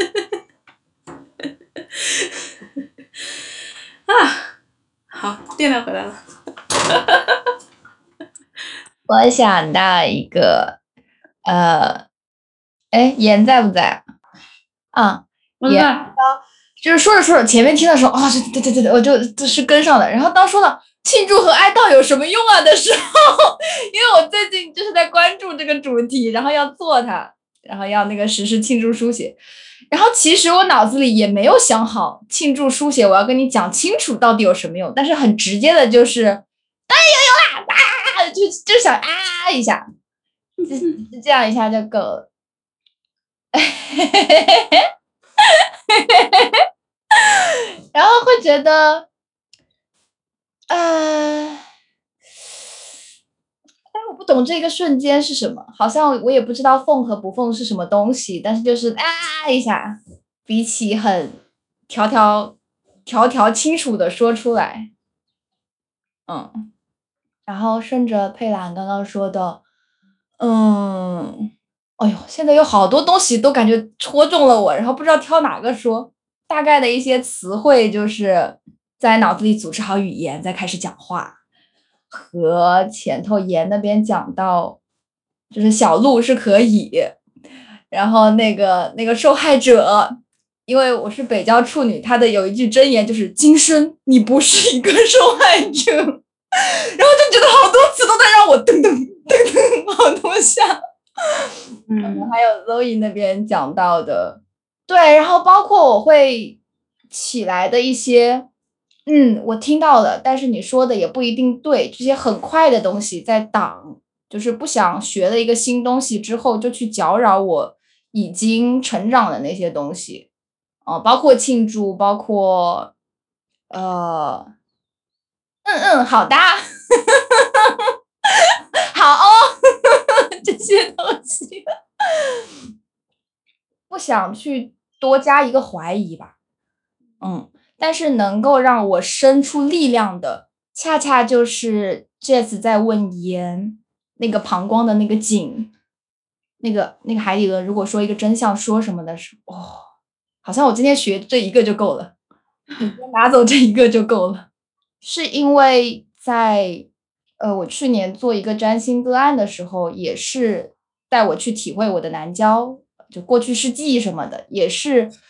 啊，好，电量回来了我想到一个呃哎妍在不在啊？妍就是说着说着，前面听的时候啊，对对对对，我就就是跟上了。然后当说到庆祝和哀悼有什么用啊的时候，因为我最近就是在关注这个主题，然后要做它，然后要那个实施庆祝书写。然后其实我脑子里也没有想好庆祝书写，我要跟你讲清楚到底有什么用，但是很直接的就是，当然有用啦，啊，就就想啊一下，就这样一下就够了。然后会觉得，呃，哎，我不懂这个瞬间是什么，好像我也不知道凤和不凤是什么东西，但是就是啊一下，比起很条条条条清楚的说出来，嗯，然后顺着佩兰刚刚说的，嗯，哎呦，现在有好多东西都感觉戳中了我，然后不知道挑哪个说。大概的一些词汇就是在脑子里组织好语言，再开始讲话。和前头言那边讲到，就是小鹿是可以，然后那个那个受害者，因为我是北郊处女，她的有一句箴言就是今生你不是一个受害者，然后就觉得好多词都在让我噔噔噔噔好多下。嗯，还有 Zoe 那边讲到的。对，然后包括我会起来的一些，嗯，我听到了，但是你说的也不一定对，这些很快的东西在挡，就是不想学了一个新东西之后就去搅扰我已经成长的那些东西，哦、呃，包括庆祝，包括，呃，嗯嗯，好的，好哦，这些东西。不想去多加一个怀疑吧，嗯，但是能够让我生出力量的，恰恰就是 Jess 在问言那个膀胱的那个井，那个那个海底轮，如果说一个真相说什么的时候，哦，好像我今天学这一个就够了，你拿走这一个就够了，是因为在呃我去年做一个占星个案的时候，也是带我去体会我的南交。就过去式记忆什么的，也是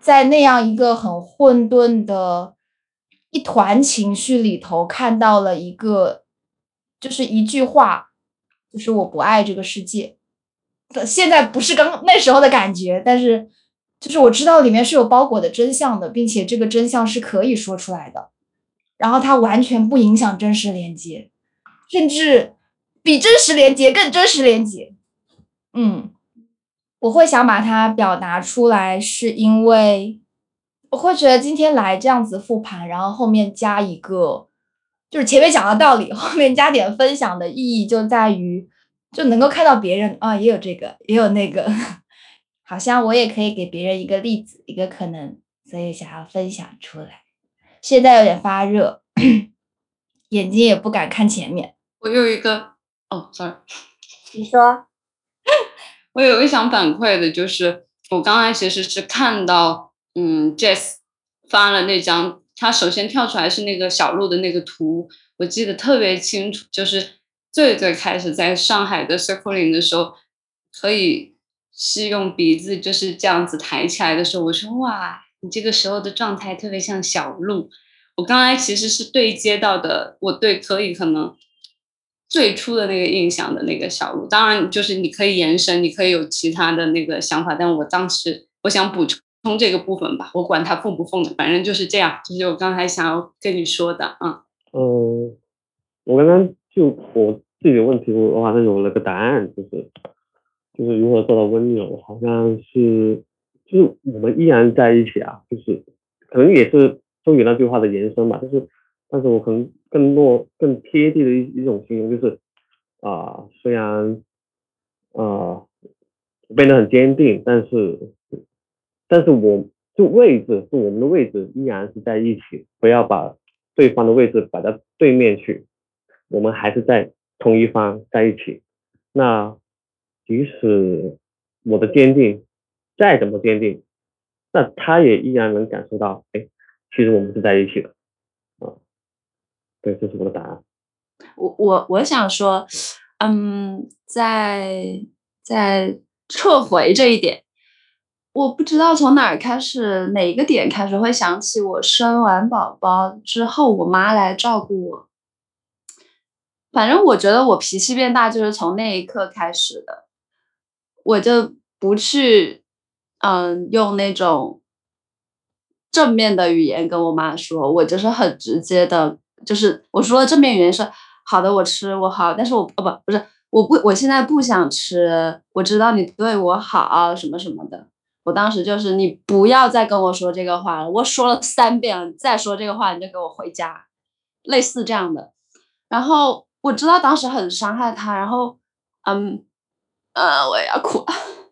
在那样一个很混沌的一团情绪里头，看到了一个，就是一句话，就是我不爱这个世界。现在不是刚那时候的感觉，但是就是我知道里面是有包裹的真相的，并且这个真相是可以说出来的，然后它完全不影响真实连接，甚至比真实连接更真实连接。嗯，我会想把它表达出来，是因为我会觉得今天来这样子复盘，然后后面加一个，就是前面讲的道理，后面加点分享的意义就在于，就能够看到别人啊，也有这个，也有那个，好像我也可以给别人一个例子，一个可能，所以想要分享出来。现在有点发热，眼睛也不敢看前面。 我有一个，哦，sorry， 你说。 我有一个想反馈的，就是我刚才其实是看到，嗯 ，Jess 发了那张，他首先跳出来是那个小鹿的那个图，我记得特别清楚，就是最最开始在上海的 circling 的时候，可以是用鼻子就是这样子抬起来的时候，我说哇，你这个时候的状态特别像小鹿。我刚才其实是对接到的，我对可以可能。最初的那个印象的那个小鹿，当然就是你可以延伸，你可以有其他的那个想法，但我当时我想补充这个部分吧，我管它凤不凤的，反正就是这样，就是我刚才想要跟你说的，嗯。 嗯，我刚刚就我自己的问题，我好像有了个答案，就是就是如何做到温柔，好像是就是我们依然在一起啊，就是可能也是周宇那句话的延伸吧，就是但是我可能更落更贴地的一一种形容就是啊、呃，虽然呃变得很坚定，但是但是我就位置是我们的位置依然是在一起，不要把对方的位置摆到对面去，我们还是在同一方在一起。那即使我的坚定再怎么坚定，那他也依然能感受到，哎，其实我们是在一起的啊。对，这是我的答案。 我我我想说，嗯，在在撤回这一点，我不知道从哪儿开始，哪一个点开始会想起我生完宝宝之后，我妈来照顾我。反正我觉得我脾气变大就是从那一刻开始的，我就不去，嗯，用那种正面的语言跟我妈说，我就是很直接的，就是我说的正面语言是好的，我吃我好，但是我哦不不是我不我现在不想吃，我知道你对我好什么什么的。我当时就是你不要再跟我说这个话了，我说了三遍了，你再说这个话你就给我回家，类似这样的。然后我知道当时很伤害他，然后嗯呃我也要哭了。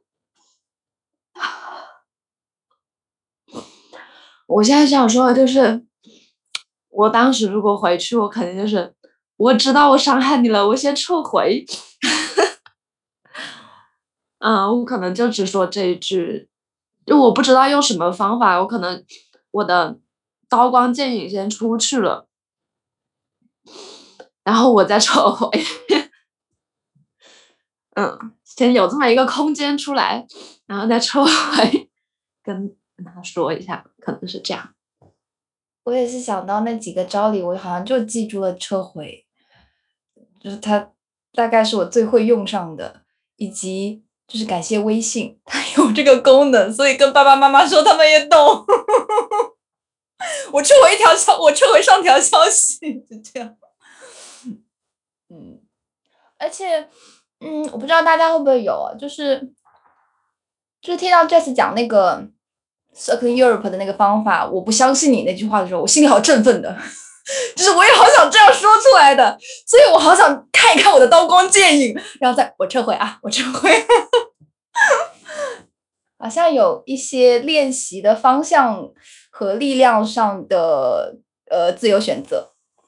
我现在想说的就是，我当时如果回去，我肯定就是我知道我伤害你了，我先撤回。嗯，我可能就只说这一句，就我不知道用什么方法，我可能我的刀光剑影先出去了，然后我再撤回。嗯，先有这么一个空间出来，然后再撤回，跟跟他说一下，可能是这样。 我也是想到那几个招里，我好像就记住了撤回，就是它大概是我最会用上的，以及就是感谢微信，它有这个功能，所以跟爸爸妈妈说他们也懂。我撤回一条消，我撤回上条消息，就这样。嗯，而且，嗯，我不知道大家会不会有啊，就是就是听到 Jess 讲那个 Circling Europe 的那个方法，我不相信你那句话的时候，我心里好振奋的，就是我也好想这样说出来的，所以我好想看一看我的刀光剑影，然后再我撤回啊，我撤回。好像有一些练习的方向和力量上的呃自由选择。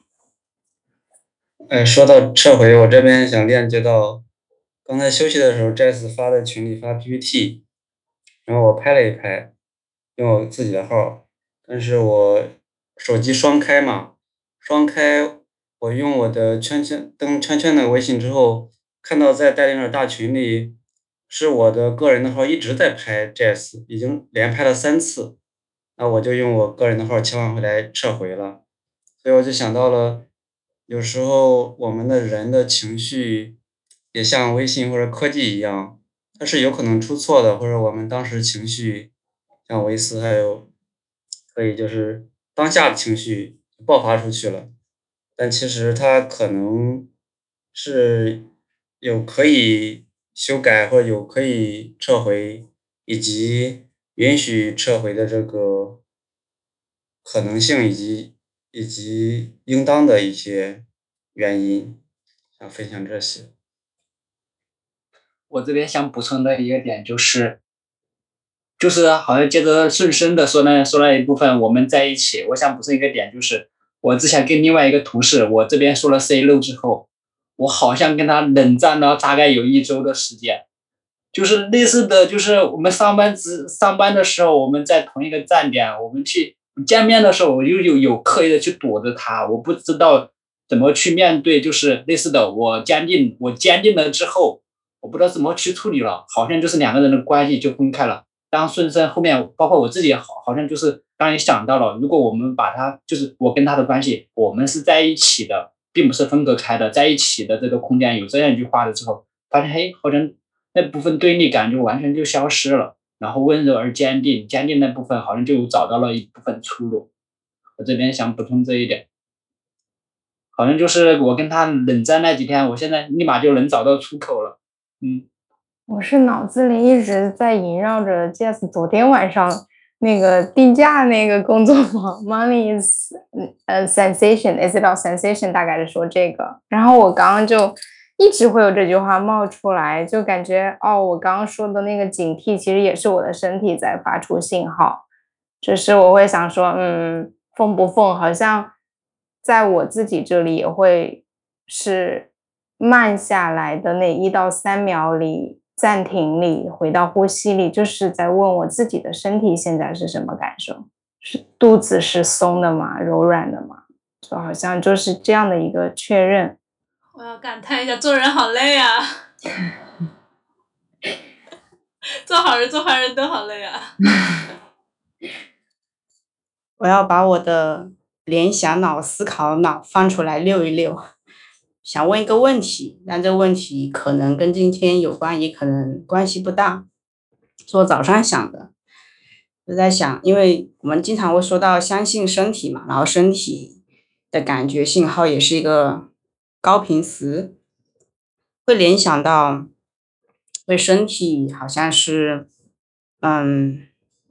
哎，说到撤回，我这边想链接到刚才休息的时候 Jess 发在群里发 P P T， 然后我拍了一拍，用我自己的号，但是我手机双开嘛，双开我用我的圈圈登圈圈的微信之后，看到在带领者大群里是我的个人的号一直在拍 Jess， 已经连拍了三次， 那我就用我个人的号切换回来撤回了。所以我就想到了，有时候我们的人的情绪也像微信或者科技一样，它是有可能出错的，或者我们当时情绪像维斯还有可以就是当下的情绪爆发出去了，但其实它可能是有可以修改或者有可以撤回以及允许撤回的这个可能性以及以及应当的一些原因，想分享这些。 我这边想补充的一个点就是，就是好像接着顺生的说那说那一部分我们在一起，我想补充一个点就是，我之前跟另外一个同事，我这边说了 say no 之后，我好像跟他冷战了大概有一周的时间，就是类似的，就是我们上班之上班的时候，我们在同一个站点，我们去见面的时候，我又有有刻意的去躲着他，我不知道怎么去面对，就是类似的，我坚定，我坚定了之后，我不知道怎么去处理了，好像就是两个人的关系就分开了。当顺生后面，包括我自己好，好像就是刚才想到了，如果我们把他，就是我跟他的关系，我们是在一起的，并不是分隔开的，在一起的这个空间有这样一句话的之后，发现嘿，好像那部分对立感就完全就消失了，然后温柔而坚定，坚定那部分好像就找到了一部分出路。我这边想补充这一点，好像就是我跟他冷战那几天，我现在立马就能找到出口了。嗯， 我是脑子里一直在萦绕着 Jess 昨天晚上那个定价那个工作坊 ，Money is 呃 sensation，is it about sensation？ 大概是说这个。然后我刚刚就一直会有这句话冒出来，就感觉哦，我刚刚说的那个警惕，其实也是我的身体在发出信号，就是我会想说，嗯，缝不缝，好像在我自己这里也会是慢下来的那一到三秒里。暂停里，回到呼吸里，就是在问我自己的身体现在是什么感受？是肚子是松的吗？柔软的吗？就好像就是这样的一个确认。 我要感叹一下，做人好累啊！做好人、做坏人都好累啊！ 我要把我的联想脑、思考脑放出来溜一溜。想问一个问题，但这个问题可能跟今天有关，也可能关系不大。是我早上想的，就在想，因为我们经常会说到相信身体嘛，然后身体的感觉信号也是一个高频词，会联想到，对身体好像是，嗯，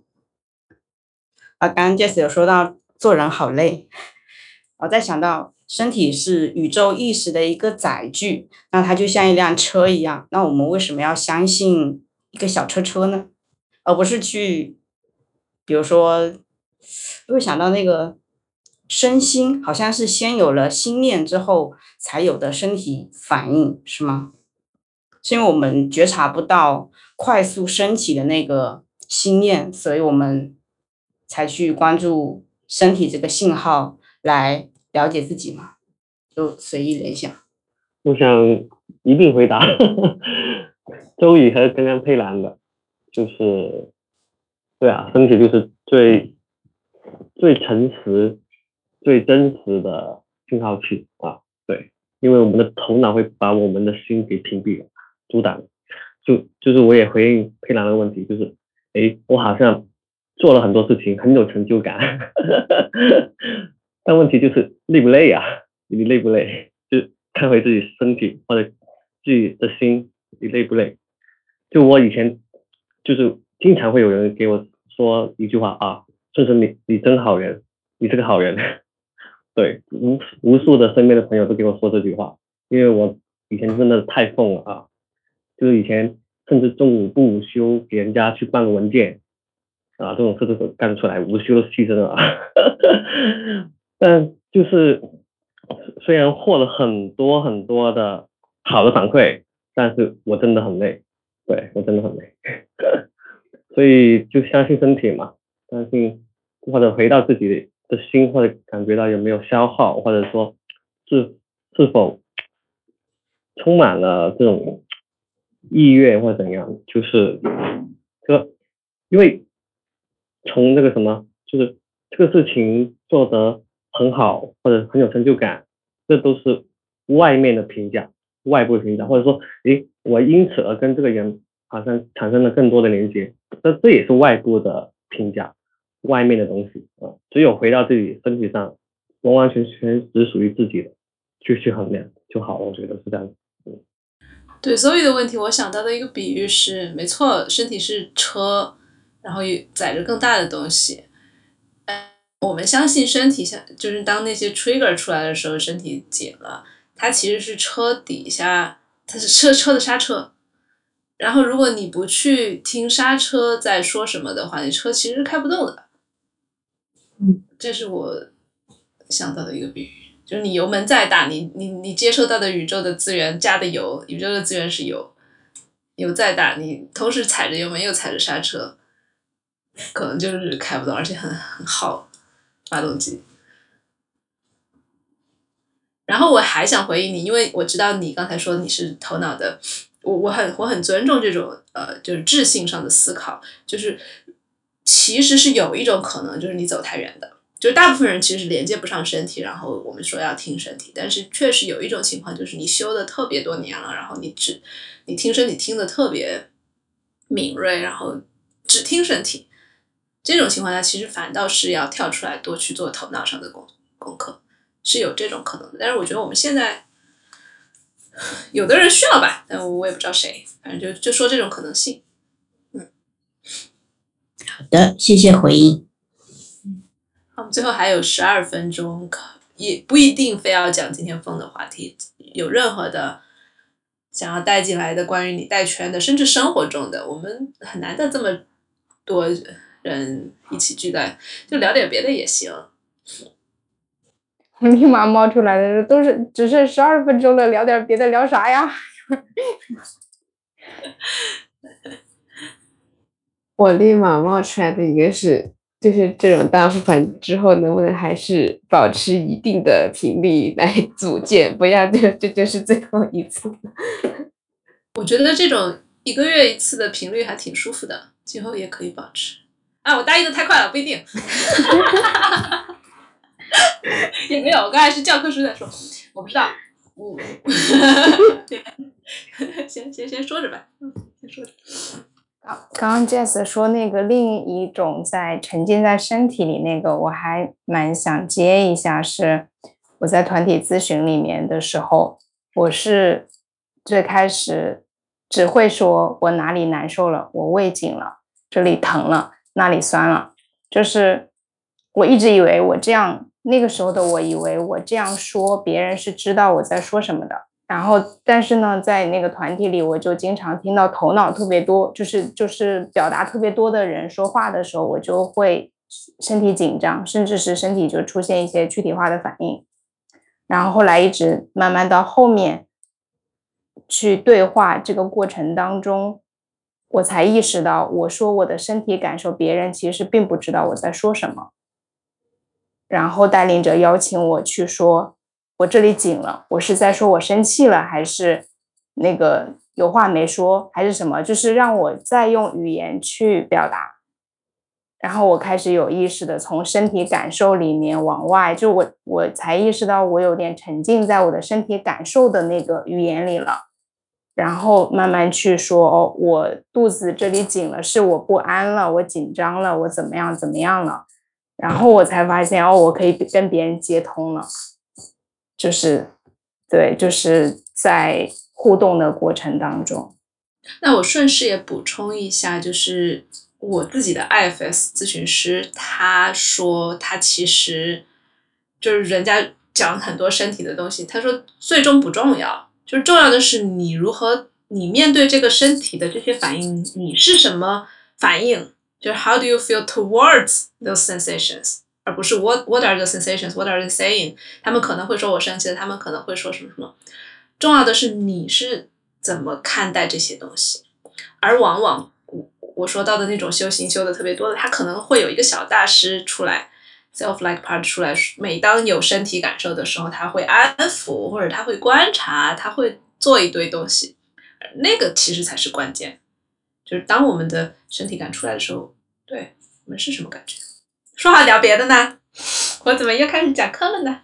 啊，刚刚 Jess 有说到做人好累，我在想到。身体是宇宙意识的一个载具，那它就像一辆车一样。那我们为什么要相信一个小车车呢？而不是去，比如说，我会想到那个身心，好像是先有了心念之后才有的身体反应，是吗？是因为我们觉察不到快速升起的那个心念，所以我们才去关注身体这个信号来。了解自己嘛，就随意联想。 我想一并回答周宇和刚刚佩兰的，就是对啊，身体就是最最诚实、最真实的信号器啊，对，因为我们的头脑会把我们的心给屏蔽了、阻挡。就就是我也回应佩兰的问题，就是诶，我好像做了很多事情，很有成就感。但问题就是累不累啊？你累不累？就看回自己身体或者自己的心，你累不累？就我以前就是经常会有人给我说一句话啊，顺顺你你真好人，你是个好人。对，无无数的身边的朋友都给我说这句话，因为我以前真的太疯了啊，就是以前甚至中午不午休给人家去办个文件啊，这种事都干出来，午休都牺牲了啊。但就是虽然获了很多很多的好的反馈，但是我真的很累，对，我真的很累。所以就相信身体嘛，相信或者回到自己的心，或者感觉到有没有消耗，或者说是是否充满了这种意愿或者怎样，就是这因为从那个什么就是这个事情做得很好或者很有成就感，这都是外面的评价，外部的评价，或者说诶我因此而跟这个人好像产生了更多的连接，这这也是外部的评价，外面的东西啊、呃，只有回到自己身体上，完完全全只属于自己的去去衡量就好了，我觉得是这样子。嗯， 对Zoe的问题，我想到的一个比喻是，没错，身体是车，然后载着更大的东西。我们相信身体像就是当那些 trigger 出来的时候，身体紧了，它其实是车底下，它是车车的刹车。然后如果你不去听刹车在说什么的话，你车其实是开不动的。 嗯， 这是我想到的一个比喻，就是你油门再大，你你你接收到的宇宙的资源加的油，宇宙的资源是油，油再大，你同时踩着油门又踩着刹车，可能就是开不动，而且很很耗发动机。然后我还想回应你，因为我知道你刚才说你是头脑的，我我很我很尊重这种呃就是智性上的思考，就是其实是有一种可能就是你走太远的，就是大部分人其实是连接不上身体，然后我们说要听身体，但是确实有一种情况就是你修的特别多年了，然后你只你听身体听的特别敏锐，然后只听身体，这种情况下其实反倒是要跳出来多去做头脑上的功功课，是有这种可能的。但是我觉得我们现在有的人需要吧，但我也不知道谁，反正就就说这种可能性。嗯， 好的，谢谢回应。 我们最后还有十二分钟，也不一定非要讲今天风的话题，有任何的想要带进来的关于你带圈的，甚至生活中的，我们很难得这么多人一起聚在，就聊点别的也行。 我立马冒出来的都是只剩十二分钟了，聊点别的，聊啥呀？ 我立马冒出来的一个是，就是这种大复盘之后，能不能还是保持一定的频率来组建，不要这这就是最后一次。 我觉得这种一个月一次的频率还挺舒服的，今后也可以保持。啊，我答应的太快了，不一定。也没有，我刚才是教科书在说，我不知道。嗯，先先先说着吧，嗯，先说着。 刚刚 Jess 说那个另一种在沉浸在身体里那个，我还蛮想接一下，是我在团体咨询里面的时候，我是最开始只会说我哪里难受了，我胃紧了，这里疼了，那里酸了，就是我一直以为我这样，那个时候的我以为我这样说别人是知道我在说什么的。然后但是呢在那个团体里，我就经常听到头脑特别多，就是就是表达特别多的人说话的时候，我就会身体紧张，甚至是身体就出现一些躯体化的反应。然后后来一直慢慢到后面去对话这个过程当中，我才意识到我说我的身体感受，别人其实并不知道我在说什么。然后带领者邀请我去说我这里紧了，我是在说我生气了，还是那个有话没说，还是什么，就是让我再用语言去表达。然后我开始有意识的从身体感受里面往外，就我我才意识到我有点沉浸在我的身体感受的那个语言里了。然后慢慢去说，哦，我肚子这里紧了，是我不安了，我紧张了，我怎么样怎么样了。然后我才发现，哦，我可以跟别人接通了。就是对，就是在互动的过程当中。 那我顺势也补充一下，就是我自己的 I F S 咨询师，他说他其实就是人家讲很多身体的东西，他说最终不重要，就是重要的是你如何，你面对这个身体的这些反应，你是什么反应，就是 how do you feel towards those sensations，而不是 what what are the sensations, what are they saying。 他们可能会说我生气了，他们可能会说什么什么，重要的是你是怎么看待这些东西。而往往我说到的那种修行修的特别多的，他可能会有一个小大师出来 self-like part 出来，每当有身体感受的时候，他会安抚，或者他会观察，他会做一堆东西，那个其实才是关键。就是当我们的身体感出来的时候，对我们是什么感觉， 说好聊别的呢，我怎么又开始讲课了呢？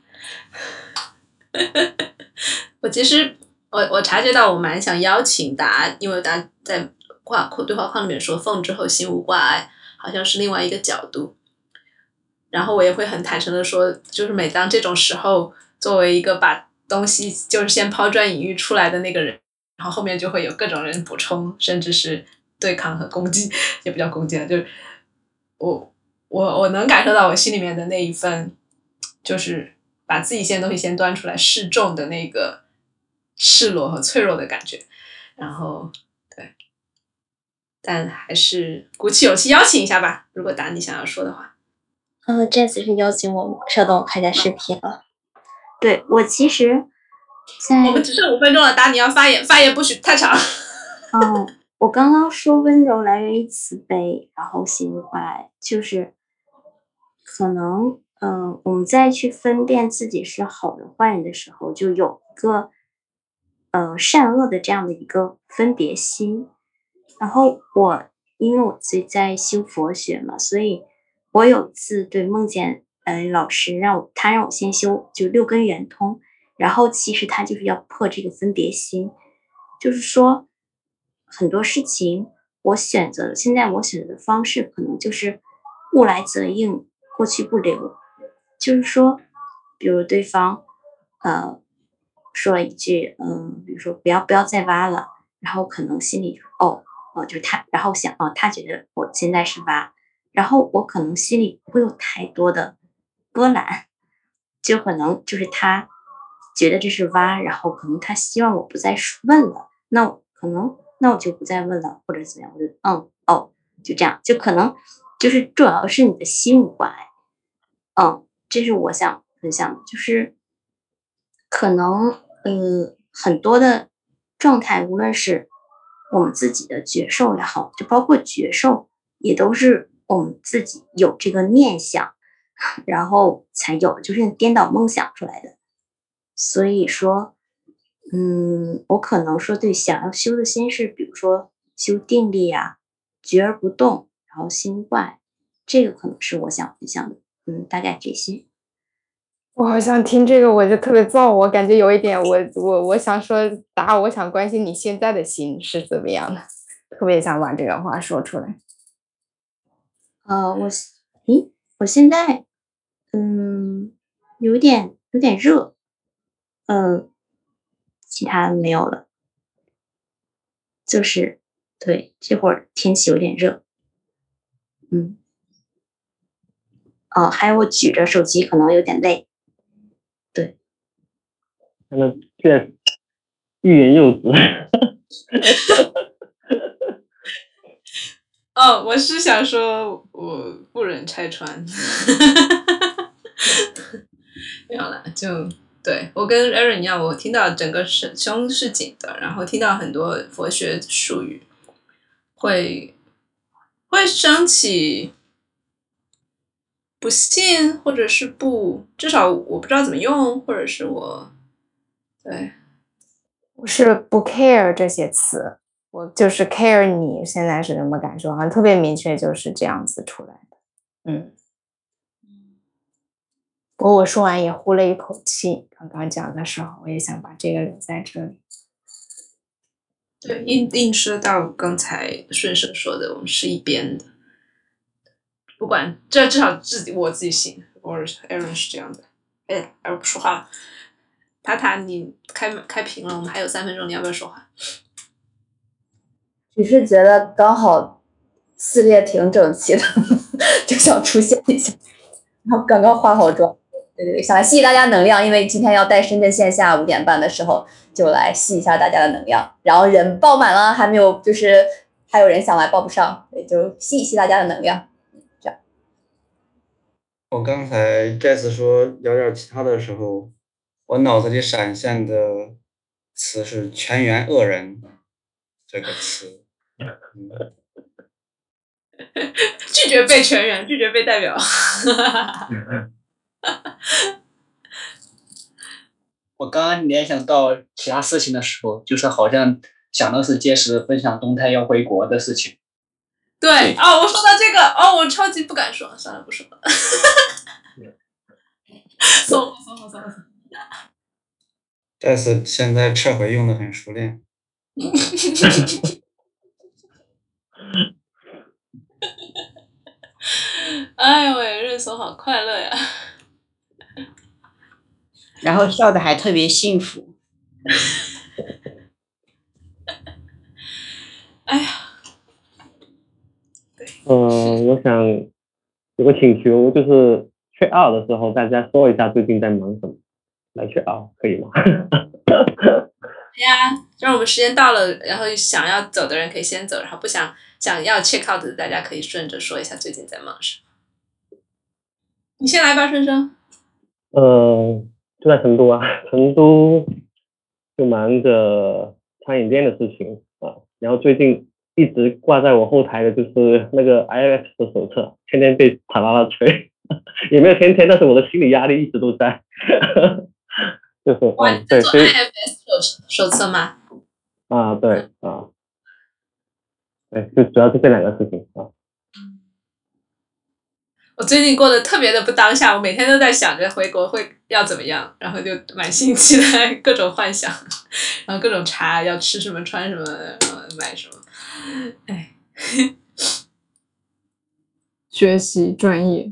我其实我我察觉到我蛮想邀请大家，因为大家在挂对话框里面说缝之后心无挂碍，好像是另外一个角度。然后我也会很坦诚的说，就是每当这种时候，作为一个把东西就是先抛砖引玉出来的那个人，然后后面就会有各种人补充，甚至是对抗和攻击，也不叫攻击了，就是我我我能感受到我心里面的那一份，就是把自己先东西先端出来示众的那个赤裸和脆弱的感觉，然后对，但还是鼓起勇气邀请一下吧，如果达你想要说的话。 呃 Jess 是邀请我，稍等我看一下视频了。对，我其实在我们只剩五分钟了，达你要发言，发言不许太长。 嗯，我刚刚说温柔来源于慈悲，然后心无挂碍，就是可能嗯、呃，我们在去分辨自己是好人坏人的时候，就有一个呃善恶的这样的一个分别心。然后我因为我自己在修佛学嘛，所以我有一次对梦见呃老师让我他让我先修就六根圆通，然后其实他就是要破这个分别心，就是说很多事情我选择现在我选择的方式可能就是物来则应，过去不留，就是说比如对方呃说了一句嗯、呃，比如说不要不要再挖了，然后可能心里哦哦就是他，然后想哦他觉得我现在是挖，然后我可能心里不会有太多的波澜，就可能就是他觉得这是挖，然后可能他希望我不再问了，那我可能那我就不再问了，或者怎么样，我就嗯哦就这样，就可能就是主要是你的心无挂碍。嗯，这是我想分享的，就是可能呃很多的状态，无论是我们自己的觉受也好，就包括觉受也都是我们自己有这个念想，然后才有，就是颠倒梦想出来的。所以说嗯，我可能说对想要修的心是比如说修定力啊，觉而不动，然后心怪，这个可能是我想分享的。嗯，大概这些。 我好像听这个我就特别燥，我感觉有一点我我我想说答我想关心你现在的心是怎么样的，特别想把这个话说出来。 呃，我诶，我现在嗯有点有点热，嗯，其他没有了，就是对这会儿天气有点热，嗯，哦，还有我举着手机可能有点累，对， 那个这欲言又止。 哦，我是想说，我不忍拆穿，没有啦，就对我跟 Aaron 一样，我听到整个是胸是紧的，然后听到很多佛学术语，会会升起不信，或者是不，至少我不知道怎么用，或者是我对， 我是不 care 这些词。我就是 care 你现在是什么感受，好像特别明确，就是这样子出来的。嗯，不过我说完也呼了一口气，刚刚讲的时候，我也想把这个留在这里。 对，映映射到刚才顺生说的，我们是一边的，不管这至少自己我自己信，或者是 Aaron 是这样的。哎 ，Aaron 不说话了，塔塔你开开屏了，我们还有三分钟，你要不要说话？ 只是觉得刚好系列挺整齐的，就想出现一下。然后刚刚化好妆，对对对，想来吸大家能量，因为今天要带深圳线下五点半的时候，就来吸一下大家的能量。然后人爆满了，还没有，就是还有人想来报不上，对，就吸一吸大家的能量。这样。 我刚才 Jess 说聊点其他的时候，我脑子里闪现的词是全员恶人这个词。嗯， 拒绝被全员，拒绝被代表。 我刚刚联想到其他事情的时候，就是好像想到是届时分享动态要回国的事情， 对哦，我说到这个哦，我超级不敢说，算了不说了。松松松松松。 但是现在撤回用的很熟练。 哎呦喂，认怂好快乐呀！ 然后笑的还特别幸福。 哎呀， 嗯、呃，我想有个请求，就是check out的时候，大家说一下最近在忙什么，来check out可以吗？ 呀，让我们时间到了，然后想要走的人可以先走，然后不想想要 check out 的大家可以顺着说一下最近在忙什么。你先来吧，顺生。 呃，就在成都啊，成都就忙着餐饮店的事情啊，然后最近一直挂在我后台的就是那个 I F S 的手册，天天被塔拉拉催，也没有天天，但是我的心理压力一直都在。就是哇， 嗯， 你在做 I 对，所以 F S 手手册吗？ 啊，对啊，对，就主要是这两个事情啊。 我最近过得特别的不当下，我每天都在想着回国会要怎么样，然后就满心期待各种幻想，然后各种查要吃什么穿什么买什么，哎， 学习专业。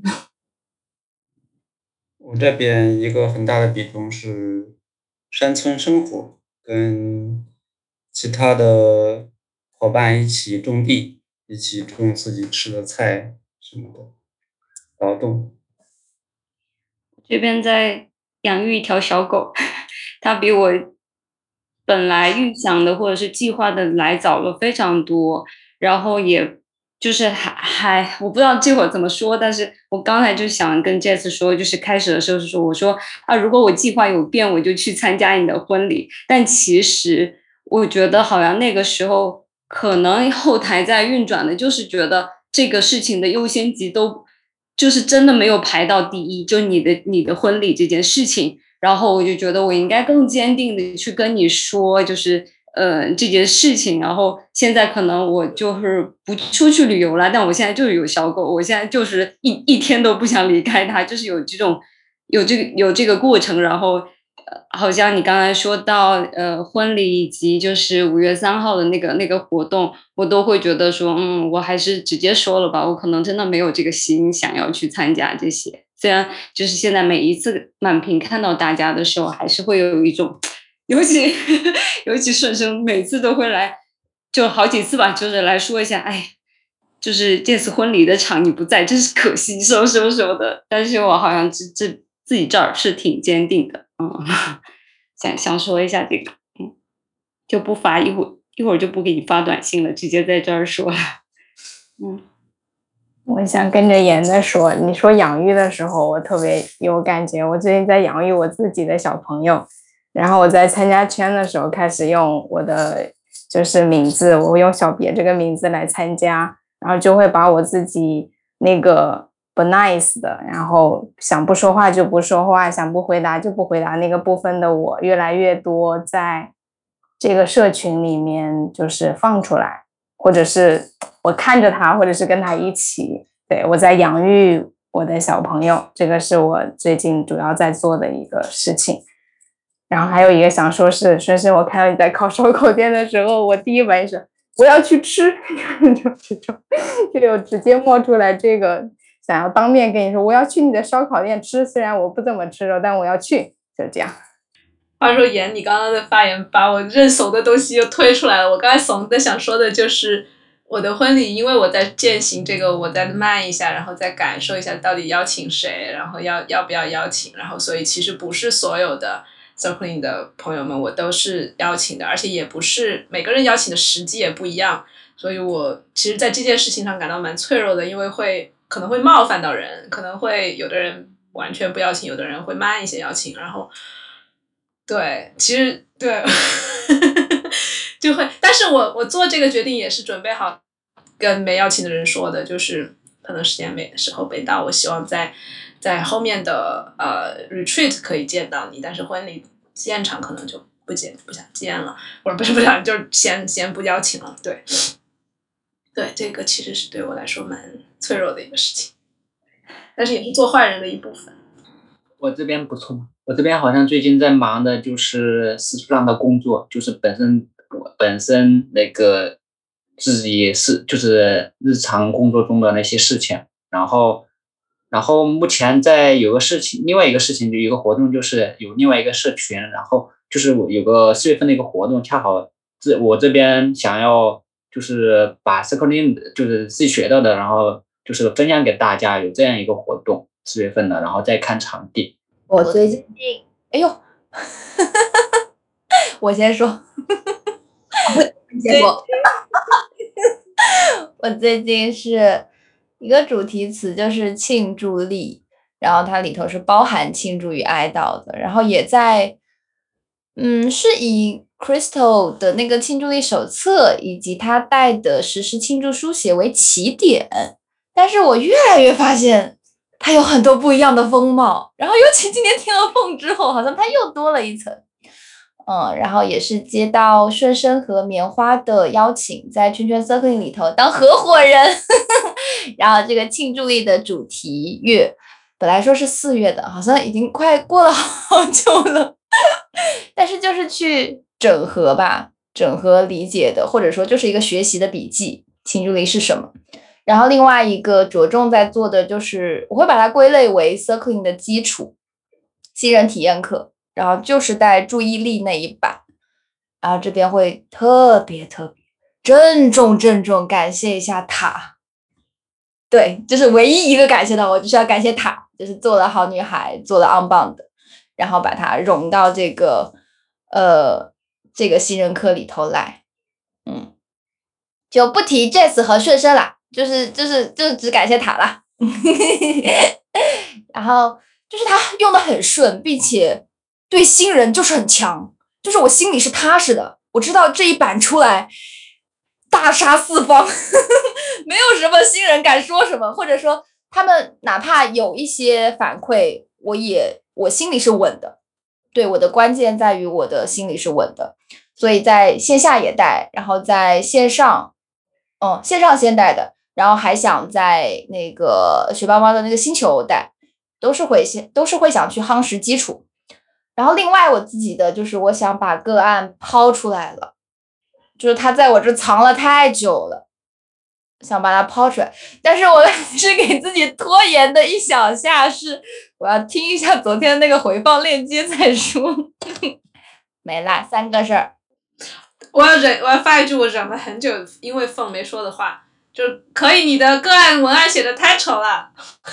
我这边一个很大的比重是山村生活，跟其他的伙伴一起种地，一起种自己吃的菜什么的劳动。 这边在养育一条小狗，它比我本来预想的或者是计划的来早了非常多，然后也就是还还我不知道这会儿怎么说，但是我刚才就想跟 Jess 说，就是开始的时候是说我说啊，如果我计划有变，我就去参加你的婚礼，但其实我觉得好像那个时候可能后台在运转的，就是觉得这个事情的优先级都就是真的没有排到第一，就你的你的婚礼这件事情，然后我就觉得我应该更坚定的去跟你说，就是呃这件事情，然后现在可能我就是不出去旅游了，但我现在就是有小狗，我现在就是一一天都不想离开它，就是有这种有这个有这个过程，然后。呃，好像你刚才说到呃婚礼以及就是五月三号的那个那个活动，我都会觉得说，嗯，我还是直接说了吧，我可能真的没有这个心想要去参加这些。虽然就是现在每一次满屏看到大家的时候，还是会有一种，尤其尤其顺生每次都会来，就好几次吧，就是来说一下，哎，就是这次婚礼的场你不在，真是可惜，什么什么什么的。但是我好像这这自己这儿是挺坚定的。嗯，想想说一下这个，嗯，就不发一会儿一会儿就不给你发短信了，直接在这儿说了。嗯， 我想跟着妍的说，你说养育的时候，我特别有感觉。我最近在养育我自己的小朋友，然后我在参加圈的时候开始用我的就是名字，我用小别这个名字来参加，然后就会把我自己那个不 nice 的，然后想不说话就不说话，想不回答就不回答那个部分的我越来越多在这个社群里面就是放出来，或者是我看着他，或者是跟他一起，对，我在养育我的小朋友，这个是我最近主要在做的一个事情。然后还有一个想说是，顺顺，我看到你在烤烧烤店的时候，我第一反应是我要去吃，就这种，就有直接冒出来这个。想要当面跟你说我要去你的烧烤店吃，虽然我不怎么吃肉，但我要去，就这样。 话说妍，你刚刚的发言把我认怂的东西又推出来了。我刚才怂的想说的就是我的婚礼，因为我在践行这个，我再慢一下，然后再感受一下到底邀请谁，然后要要不要邀请，然后所以其实不是所有的 Circling 的朋友们我都是邀请的，而且也不是每个人邀请的时机也不一样，所以我其实在这件事情上感到蛮脆弱的，因为会可能会冒犯到人，可能会有的人完全不邀请，有的人会慢一些邀请，然后对，其实对就会，但是我我做这个决定也是准备好跟没邀请的人说的，就是可能时间没时候没到，我希望在在后面的呃 retreat 可以见到你，但是婚礼现场可能就不见不想见了，或者不是不想就是先先不邀请了，对。 对，这个其实是对我来说蛮脆弱的一个事情，但是也是做坏人的一部分。 我这边不错，我这边好像最近在忙的就是实质上的工作，就是本身我本身那个自己是就是日常工作中的那些事情，然后然后目前在有个事情，另外一个事情就有一个活动，就是有另外一个社群，然后就是我有个四月份的一个活动，恰好这我这边想要就是把 Circling 就是自己学到的，然后就是分享给大家，有这样一个活动，四月份的，然后再看场地。 我最近，哎呦，我先说，结果我最近是一个主题词，就是庆祝力，然后它里头是包含庆祝与哀悼的，然后也在，嗯，是以 Crystal 的那个庆祝力手册以及他带的实时庆祝书写为起点，但是我越来越发现它有很多不一样的风貌，然后尤其今天听了凤之后，好像它又多了一层。嗯，然后也是接到顺生和棉花的邀请，在圈圈 Circling 里头当合伙人。然后这个庆祝力的主题月本来说是四月的，好像已经快过了好久了，但是就是去整合吧，整合理解的，或者说就是一个学习的笔记，庆祝力是什么。然后另外一个着重在做的就是，我会把它归类为 Circling 的基础新人体验课，然后就是带注意力那一版，然后这边会特别特别郑重郑重感谢一下塔，对，就是唯一一个感谢到我，就是要感谢塔，就是做了好女孩，做了 Unbound 的，然后把它融到这个呃这个新人课里头来，嗯，就不提 Jess 和顺生啦。就是就是就是只感谢塔啦，然后就是他用的很顺，并且对新人就是很强，就是我心里是踏实的，我知道这一版出来大杀四方，没有什么新人敢说什么，或者说他们哪怕有一些反馈，我也我心里是稳的，对，我的关键在于我的心里是稳的，所以在线下也带，然后在线上，嗯，线上先带的。然后还想在那个学霸猫的那个星球带，都是会先都是会想去夯实基础。然后另外我自己的就是我想把个案抛出来了，就是他在我这藏了太久了，想把它抛出来。但是我是给自己拖延的一小下，是我要听一下昨天那个回放链接再说。没啦，三个事儿。 我要忍，我要发一句我忍了很久，因为凤没说的话。就可以，你的个案文案写的太丑了，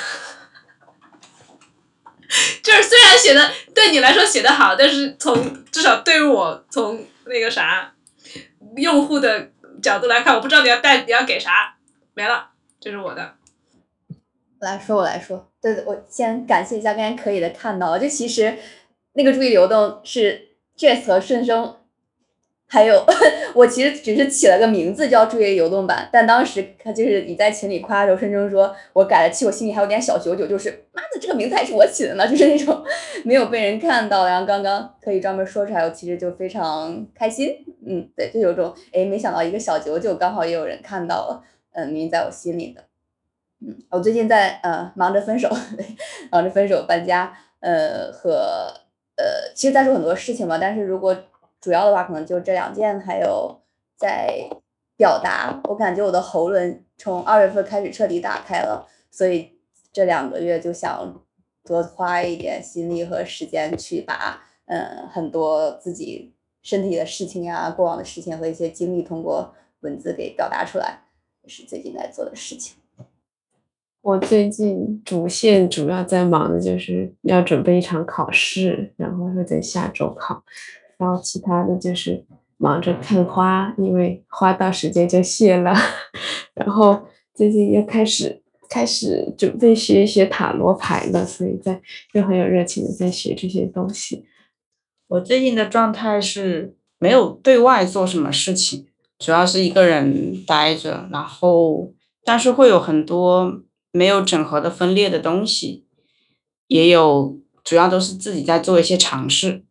就是虽然写的对你来说写的好，但是从至少对于我从那个啥用户的角度来看，我不知道你要带你要给啥，没了，这是我的。 我来说，我来说，对，我先感谢一下，刚才可以的看到了，这其实那个注意流动是 Jess 和顺生。还有我其实只是起了个名字叫注意力流动版，但当时他就是你在群里夸的时候，顺生说我改了，其实我心里还有点小九九，就是妈的这个名字还是我起的呢，就是那种没有被人看到，然后刚刚可以专门说出来，我其实就非常开心，嗯，对，就有种哎没想到一个小九九刚好也有人看到了，嗯，明在我心里的，嗯，我最近在呃忙着分手，忙着分手搬家，呃和呃其实在做很多事情嘛，但是如果主要的话可能就这两件，还有在表达，我感觉我的喉咙从二月份开始彻底打开了，所以这两个月就想多花一点心力和时间去把嗯很多自己身体的事情啊、过往的事情和一些经历通过文字给表达出来，这是最近在做的事情。 我最近主线主要在忙的就是要准备一场考试，然后会在下周考。然后其他的就是忙着看花，因为花到时间就谢了。然后最近又开始开始准备学一学塔罗牌了，所以在又很有热情的在学这些东西。 我最近的状态是没有对外做什么事情，主要是一个人待着，然后但是会有很多没有整合的分裂的东西，也有主要都是自己在做一些尝试。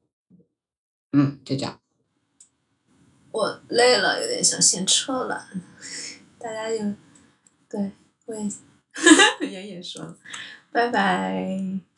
嗯，就这样。 我累了，有点想先撤了， 大家有对我也妍妍说，拜拜。